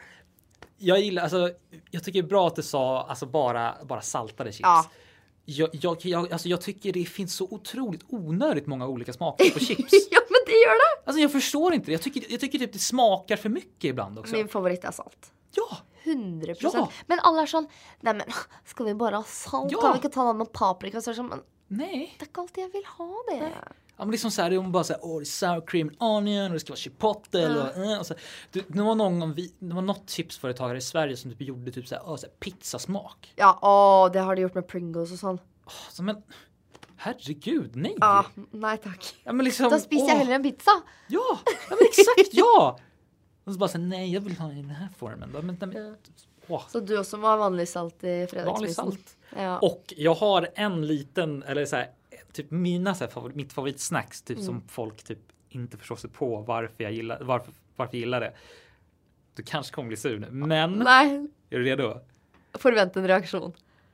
S1: jag tycker det är bra att du sa alltså bara saltade chips.
S2: Ja.
S1: Jag tycker det finns så otroligt onödigt många olika smaker på chips.
S2: Ja, men det gör det.
S1: Alltså jag förstår inte det. Jag tycker typ det smakar för mycket ibland också.
S2: Min favorit är salt.
S1: Ja.
S2: 100%.
S1: Ja.
S2: Men alla är sån, nej men ska vi bara ha salt?
S1: Ja.
S2: Kan vi inte ta någon paprika? Så men,
S1: nej.
S2: Det är inte alltid jag vill ha det. Nej.
S1: Ja, men liksom så här, det är bara så här, det är sour cream and onion och det ska vara chipotle och så. Det var något chipsföretagare i Sverige som typ gjorde typ så här pizzasmak.
S2: Ja, det har de gjort med Pringles och sånt.
S1: Så men herregud, nej.
S2: Ja, nej tack.
S1: Ja, men liksom,
S2: då spiser jag hellre en pizza.
S1: Ja, men exakt, ja. Och så bara så nej, jag vill ha den i den här formen då. Men
S2: så du också har vanlig salt i fredagsmysen?
S1: Vanlig salt.
S2: Ja.
S1: Och jag har en liten, eller så här, typ mina så här, mitt favoritsnacks typ som folk typ inte förstår sig på varför jag gillar det. Du kanske kommer bli sur nu, men
S2: nej.
S1: Är du redo?
S2: Förvänta en reaktion.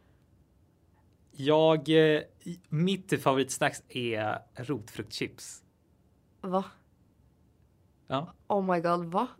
S1: Mitt favoritsnacks är rotfruktchips.
S2: Va?
S1: Ja.
S2: Oh my god, va?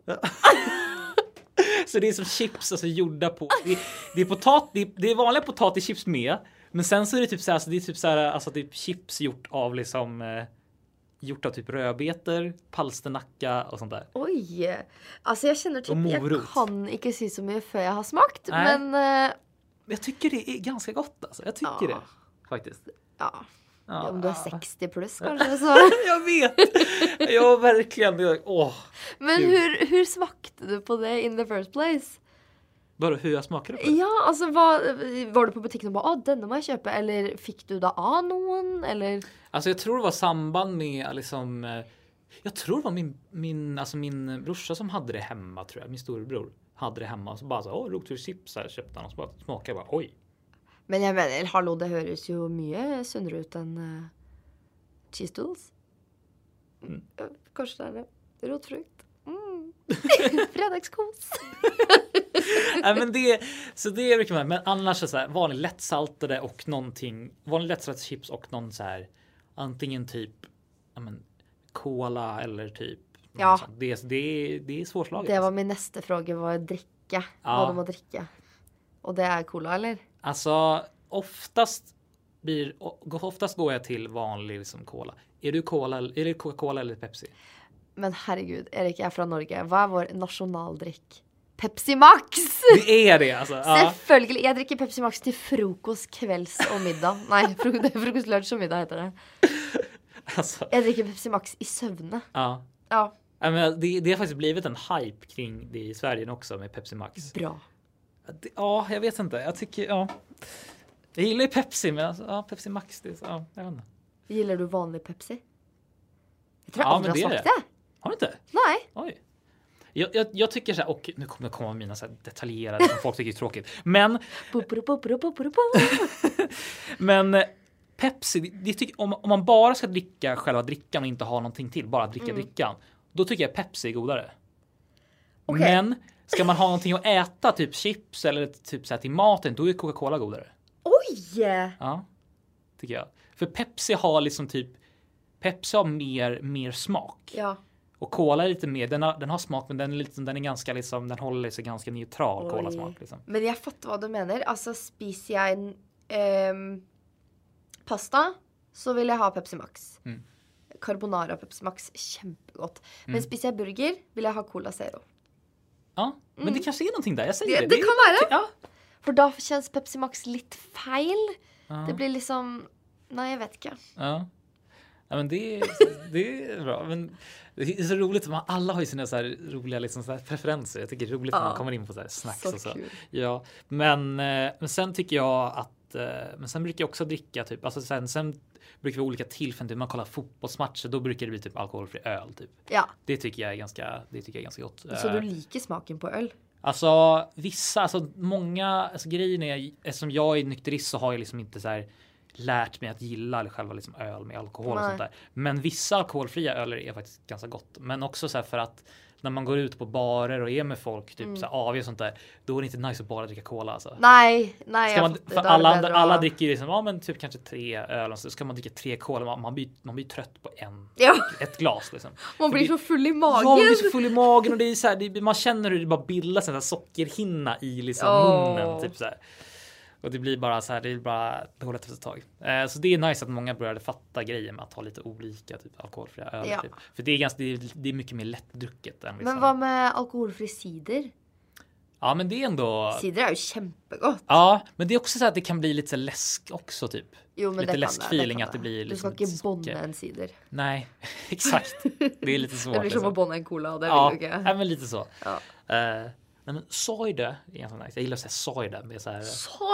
S1: Så det är som chips alltså gjorda på det är vanliga potatischips med, men sen så är det typ så här, alltså det är typ så här, alltså typ chips gjort av liksom gjort av typ rödbetor, palsternacka och sånt där.
S2: Oj. Alltså jag känner typ jag kan inte se så mycket för jag har smakt.
S1: Nej.
S2: Men
S1: jag tycker det är ganska gott alltså. Jag tycker det faktiskt.
S2: Ja. Om du är 60 plus kanske så.
S1: Jag vet. Jag verkligen.
S2: Men hur smakade du på det in the first place?
S1: Bara hur jag smakade på det?
S2: Ja, alltså var du på butiken och bara denna må jag köpa, eller fick du det av någon eller?
S1: Alltså jag tror det var samband med liksom jag tror det var min brorsa som hade det hemma, tror jag, min storebror. hade det hemma. Så bara så, rotfruktschips här köpte han och så bara smakade bara, oj.
S2: Men jag menar, hallå, det hörs ju mycket sönder ut än cheese doodles. Kanske det är rotfrukt. Fredagskos.
S1: Nej, men det brukar man. Men annars är så här vanlig lättsaltade och någonting, vanlig lättsaltade chips och någon så här antingen typ cola eller typ det är svårslaget.
S2: Det var min nästa fråga, vad dricka. Vad de må dricka. Och det är cola eller?
S1: Alltså oftast går jag till vanlig liksom cola. Är det Coca-Cola eller Pepsi?
S2: Men herregud, Erik är från Norge. Vad är vår nationaldrick? Pepsi Max!
S1: Det är det alltså.
S2: Selvfølgelig. Jag dricker Pepsi Max till frukost, kvälls och middag. Nej, frukost, lunch och middag heter det.
S1: Alltså.
S2: Jag dricker Pepsi Max i sömne.
S1: Ja. Men det har faktiskt blivit en hype kring det i Sverige också med Pepsi Max.
S2: Bra.
S1: Ja, jag vet inte. Jag tycker, Jag gillar ju Pepsi, men alltså, Pepsi Max, jag vet inte.
S2: Gillar du vanlig Pepsi? Jag tror jag aldrig har sagt det.
S1: Har du inte?
S2: Nej.
S1: Oj. Jag tycker så här, och nu kommer jag komma med mina så här detaljerade som folk tycker är tråkigt. Men men Pepsi, det tycker, om man bara ska dricka själva drickan och inte ha någonting till, bara dricka drickan, då tycker jag Pepsi är godare. Okay. Men ska man ha någonting att äta, typ chips eller typ så här till maten, då är Coca-Cola godare.
S2: Oj!
S1: Ja, tycker jag. För Pepsi har liksom Pepsi har mer smak.
S2: Ja.
S1: Och cola är lite mer, den har smak, men den är ganska liksom, den håller sig ganska neutral.
S2: Oj.
S1: Cola-smak liksom.
S2: Men jag fattar vad du menar. Alltså spiser jag en pasta så vill jag ha Pepsi Max. Carbonara Pepsi Max, kämpegott. Men spiser jag burger vill jag ha Cola Zero.
S1: Ja, men det kanske är någonting där. Jag säger
S2: det kan vara.
S1: Ja.
S2: För då känns Pepsi Max lite fel. Det blir liksom, nej jag vet inte.
S1: Ja. Ja, men det är bra. Men det är så roligt. Alla har ju sina så här roliga liksom, så här preferenser. Jag tycker det är roligt när man kommer in på så här snacks
S2: så
S1: och så.
S2: Kul.
S1: Ja, men sen tycker jag att men sen brukar jag också dricka typ, alltså sen brukar vi olika tillfällen, typ man kollar fotbollsmatcher, då brukar det bli typ alkoholfri öl typ.
S2: Ja.
S1: Det tycker jag är ganska gott.
S2: Så du liker smaken på öl?
S1: Alltså många, alltså grejen är, eftersom jag är nykterist så har jag liksom inte så här lärt mig att gilla eller själva liksom öl med alkohol och sånt där. Men vissa alkoholfria öler är faktiskt ganska gott. Men också så här för att när man går ut på barer och är med folk typ så här AV och sånt där, då är det inte nice att bara dricka cola alltså.
S2: Nej,
S1: för alla dricker liksom men typ kanske 3 öl och så ska man dricka 3 cola, man blir trött på ett glas liksom.
S2: Man blir så full i magen.
S1: Ja, man blir så full i magen och det är så här, man känner hur det bara bildas en sockerhinna i liksom munnen typ så här. Och det blir bara så här, det är bara dåligt efter ett tag. Så det är nice att många började fatta grejen med att ha lite olika typ alkoholfria öl. Ja. Typ. För det är mycket mer lättdrucket än liksom.
S2: Men vad med alkoholfri cider?
S1: Ja, men det är ändå...
S2: Cider är ju kämpegott.
S1: Ja, men det är också så att det kan bli lite så läsk också typ.
S2: Jo, men
S1: lite
S2: det
S1: läskfeeling att det blir
S2: liksom. Du ska inte bonda en cider.
S1: Nej, exakt. Det är lite svårt.
S2: Det blir som att bonda en cola och det
S1: vill
S2: du inte.
S1: Ja, men lite så.
S2: Ja.
S1: Nej, men cider är en sån nice. Jag gillar att säga cider med så här.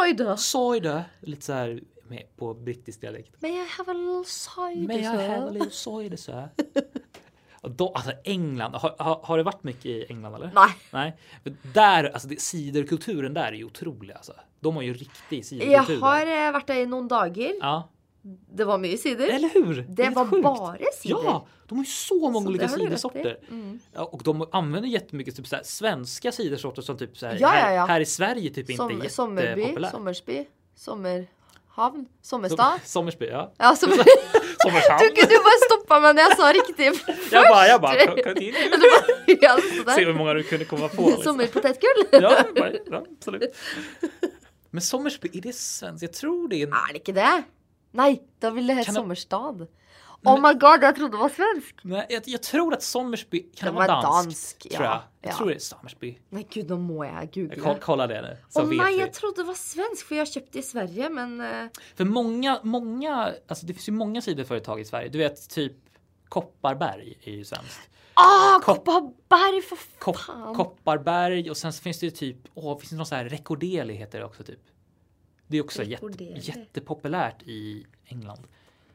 S2: Cider.
S1: Lite så här med på brittisk dialekt.
S2: May I have a little cider?
S1: May I have a little cider, sir? Och då, alltså England, har det varit mycket i England eller?
S2: Nej.
S1: För där, alltså ciderkulturen där är ju otrolig alltså. De har ju riktig ciderkultur.
S2: Jag har varit där i någon dagar.
S1: Ja.
S2: Det var mycket cider.
S1: Eller hur?
S2: Det var sjukt. Bara cider.
S1: Ja, de har ju så många olika cidersorter. Ja, och de använder jättemycket typ så här, svenska cidersorter som typ så här, här i Sverige typ inte är jättepopulärt.
S2: Sommerhavn, Sommerstad.
S1: Sommersby, ja.
S2: Sommershamn. Du kunde bara stoppa mig när jag sa riktigt först.
S1: Jag bara se hur många du kunde komma på. Liksom.
S2: Sommerpotätgull.
S1: Ja, absolut. Men Sommersby, är det svenskt? Jag tror det är...
S2: Är det inte det? Nej, då vill det heta Sommerstad. Oh my god, jag trodde det var svensk.
S1: Nej, jag tror att Sommersby kan vara dansk. Tror jag. Jag tror det är Sommersby.
S2: Nej gud, då må jag googla.
S1: Kolla det nu.
S2: Nej, jag trodde det var svensk för jag köpte i Sverige, men...
S1: För många, alltså det finns ju många sidoföretag i Sverige. Du vet, typ Kopparberg är ju svenskt.
S2: Kopparberg för fan.
S1: Kopparberg, och sen så finns det ju typ, finns det någon sån här Recordeli heter det också typ. Det är också jättepopulärt i England.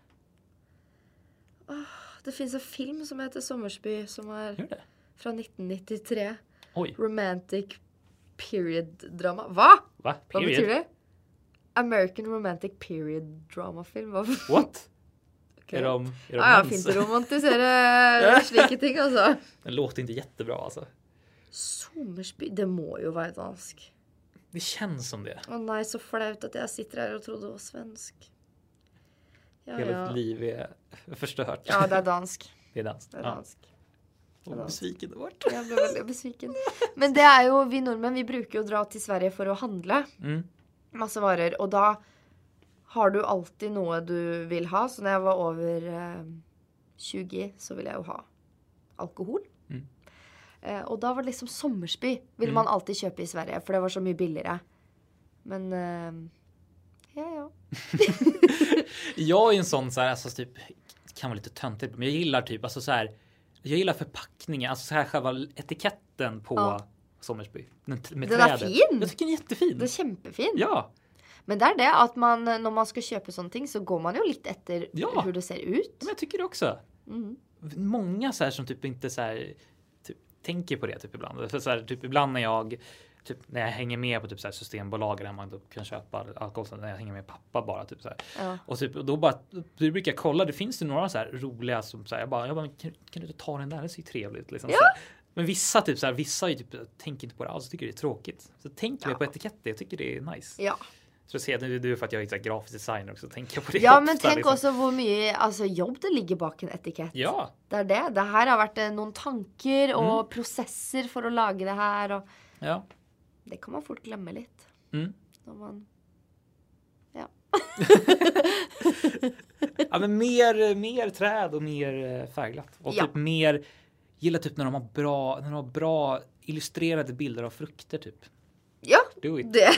S2: Det finns en film som heter Sommersby som är från 1993.
S1: Oj.
S2: Romantic period-drama. Va?
S1: Va?
S2: Vad
S1: Period?
S2: betyder det? American Romantic Period Drama-film.
S1: What?
S2: Okay.
S1: Är de
S2: Ja, fint att romantisera slike ting, alltså.
S1: Den låter inte jättebra, alltså.
S2: Sommersby, det må ju vara dansk.
S1: Det känns som det.
S2: Åh nej, så flaut att jag sitter här och trodde det var svensk. Ja,
S1: Hela ditt liv är förstört.
S2: Ja, det är dansk.
S1: Det är dansk.
S2: Det är dansk.
S1: Ja. Besviken det vart.
S2: Jag blev väldigt besviken. Men det är ju, vi norrmän, vi brukar ju dra till Sverige för att handla. Massa varor. Och då har du alltid något du vill ha. Så när jag var över 20 så ville jag ju ha alkohol. Och då var det liksom Sommersby. Vill man alltid köpa i Sverige. För det var så mycket billigare. Men ja.
S1: Jag är en sån så här, alltså typ, kan vara lite töntigt. Men jag gillar typ, alltså så här. Jag gillar förpackningen. Alltså så här själva etiketten på Sommersby. Med
S2: den
S1: trädet.
S2: är fin.
S1: Jag tycker den är jättefin.
S2: Det är kämpefin.
S1: Ja.
S2: Men det är det att man, när man ska köpa sånting så går man ju lite efter hur det ser ut.
S1: Men jag tycker det också. Många så här som typ inte så här typ, tänker på det typ ibland. För så här, typ ibland när jag hänger med på typ så här Systembolaget där man då kan köpa alkohol, när jag hänger med pappa bara typ så här.
S2: Ja.
S1: Och typ och då brukar jag kolla, det finns ju några så här roliga som så här, jag bara kan du inte ta den där, det ser ju trevligt liksom.
S2: Ja.
S1: Så här. Men vissa typ så här, vissa är typ tänker inte på det alls, tycker det är tråkigt. Så tänker jag på etiketter, jag tycker det är nice.
S2: Ja.
S1: Så ser du för att jag är grafisk designer också, tänker jag på det.
S2: Ja,
S1: ofta,
S2: men tänk
S1: liksom.
S2: också hur mycket alltså, jobb det ligger bak en etikett.
S1: Ja.
S2: Det är det. Det här har varit någon tankar och processer för att laga det här. Och
S1: Ja.
S2: det kan man fort glömma lite. När man... Ja.
S1: Ja, men mer träd och mer färgglatt. Och typ mer, gillar typ när de har bra illustrerade bilder av frukter typ.
S2: Ja,
S1: Do it.
S2: det.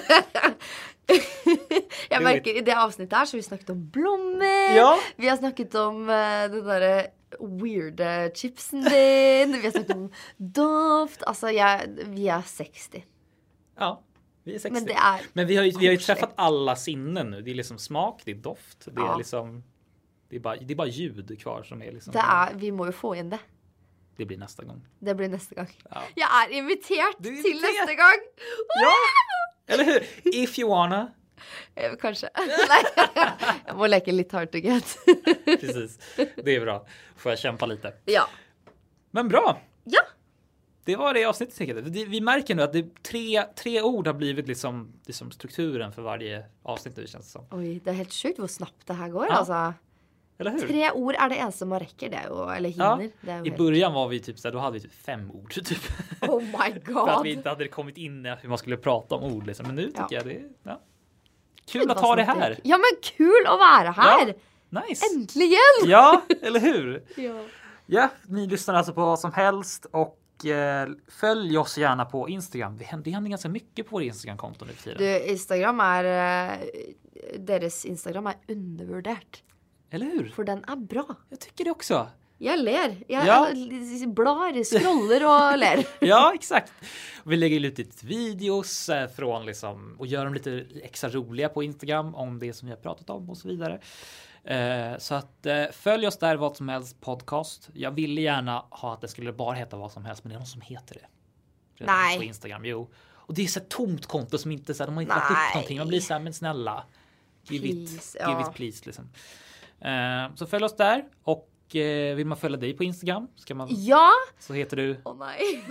S2: Jag märker i det avsnittet här så har vi snackat om blommor.
S1: Ja.
S2: Vi har snackat om det där weird chipsen din. Vi har snackat om doft. Alltså vi är 60.
S1: Ja, vi är 60.
S2: Men, det är
S1: men vi har ju träffat alla sinnen nu. Det är liksom smak, det är doft, det är liksom det är bara ljud kvar som är liksom.
S2: Vi må ju få in det.
S1: Det blir nästa gång.
S2: Det blir nästa gång.
S1: Ja.
S2: Jag är inviterad till nästa gång.
S1: Ja. Eller hur? If you wanna.
S2: Kanske. Nej. Jag må leka lite hard to get.
S1: Precis. Det är bra. Får jag kämpa lite.
S2: Ja.
S1: Men bra.
S2: Ja.
S1: Det var det avsnittet säkert. Vi märker nu att det tre ord har blivit liksom strukturen för varje avsnitt, det känns som.
S2: Oj, det är helt sjukt hur snabbt det här går alltså.
S1: Eller hur?
S2: 3 ord är det en som räcker det eller hinner. Det är
S1: I början var vi typ så här, då hade vi typ 5 ord typ.
S2: Oh my god.
S1: För att vi inte hade kommit in hur man skulle prata om ord liksom. Men nu tycker jag det är kul att
S2: ha
S1: ha det här.
S2: Ja, men kul att vara här.
S1: Ja, nice.
S2: Äntligen.
S1: Ja, eller hur?
S2: Ja.
S1: Ja, ni lyssnar alltså på vad som helst och följ oss gärna på Instagram. Det händer ganska mycket på vår Instagram-konto nu för tiden.
S2: Du, Instagram är deras Instagram är undervärderat.
S1: Eller hur?
S2: För den är bra.
S1: Jag tycker det också.
S2: Jag ler. Jag blar, scrollar och ler.
S1: Ja, exakt. Vi lägger ut lite videos från liksom, och gör dem lite extra roliga på Instagram om det som vi har pratat om och så vidare. Så att följ oss där, vad som helst podcast. Jag ville gärna ha att det skulle bara heta vad som helst, men det är någon som heter det.
S2: Nej.
S1: På Instagram, jo. Och det är så ett tomt konto som inte så här, de har inte lagt upp någonting. Man blir så här, men snälla. Give it please liksom. Så följ oss där och vill man följa dig på Instagram så heter du
S2: nej.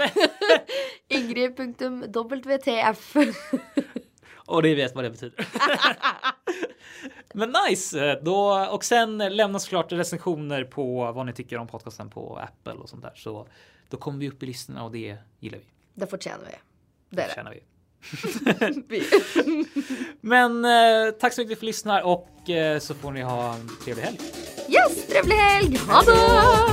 S2: Ingrid.wtf.
S1: Och det vet vad det betyder. Men nice. Och sen lämna såklart recensioner på vad ni tycker om podcasten på Apple och sånt där. Så då kommer vi upp i listorna och det gillar vi.
S2: Det förtjänar vi.
S1: Det förtjänar vi. Men tack så mycket för att ni lyssnar och så får ni ha en trevlig helg.
S2: Yes, trevlig helg. Ha det!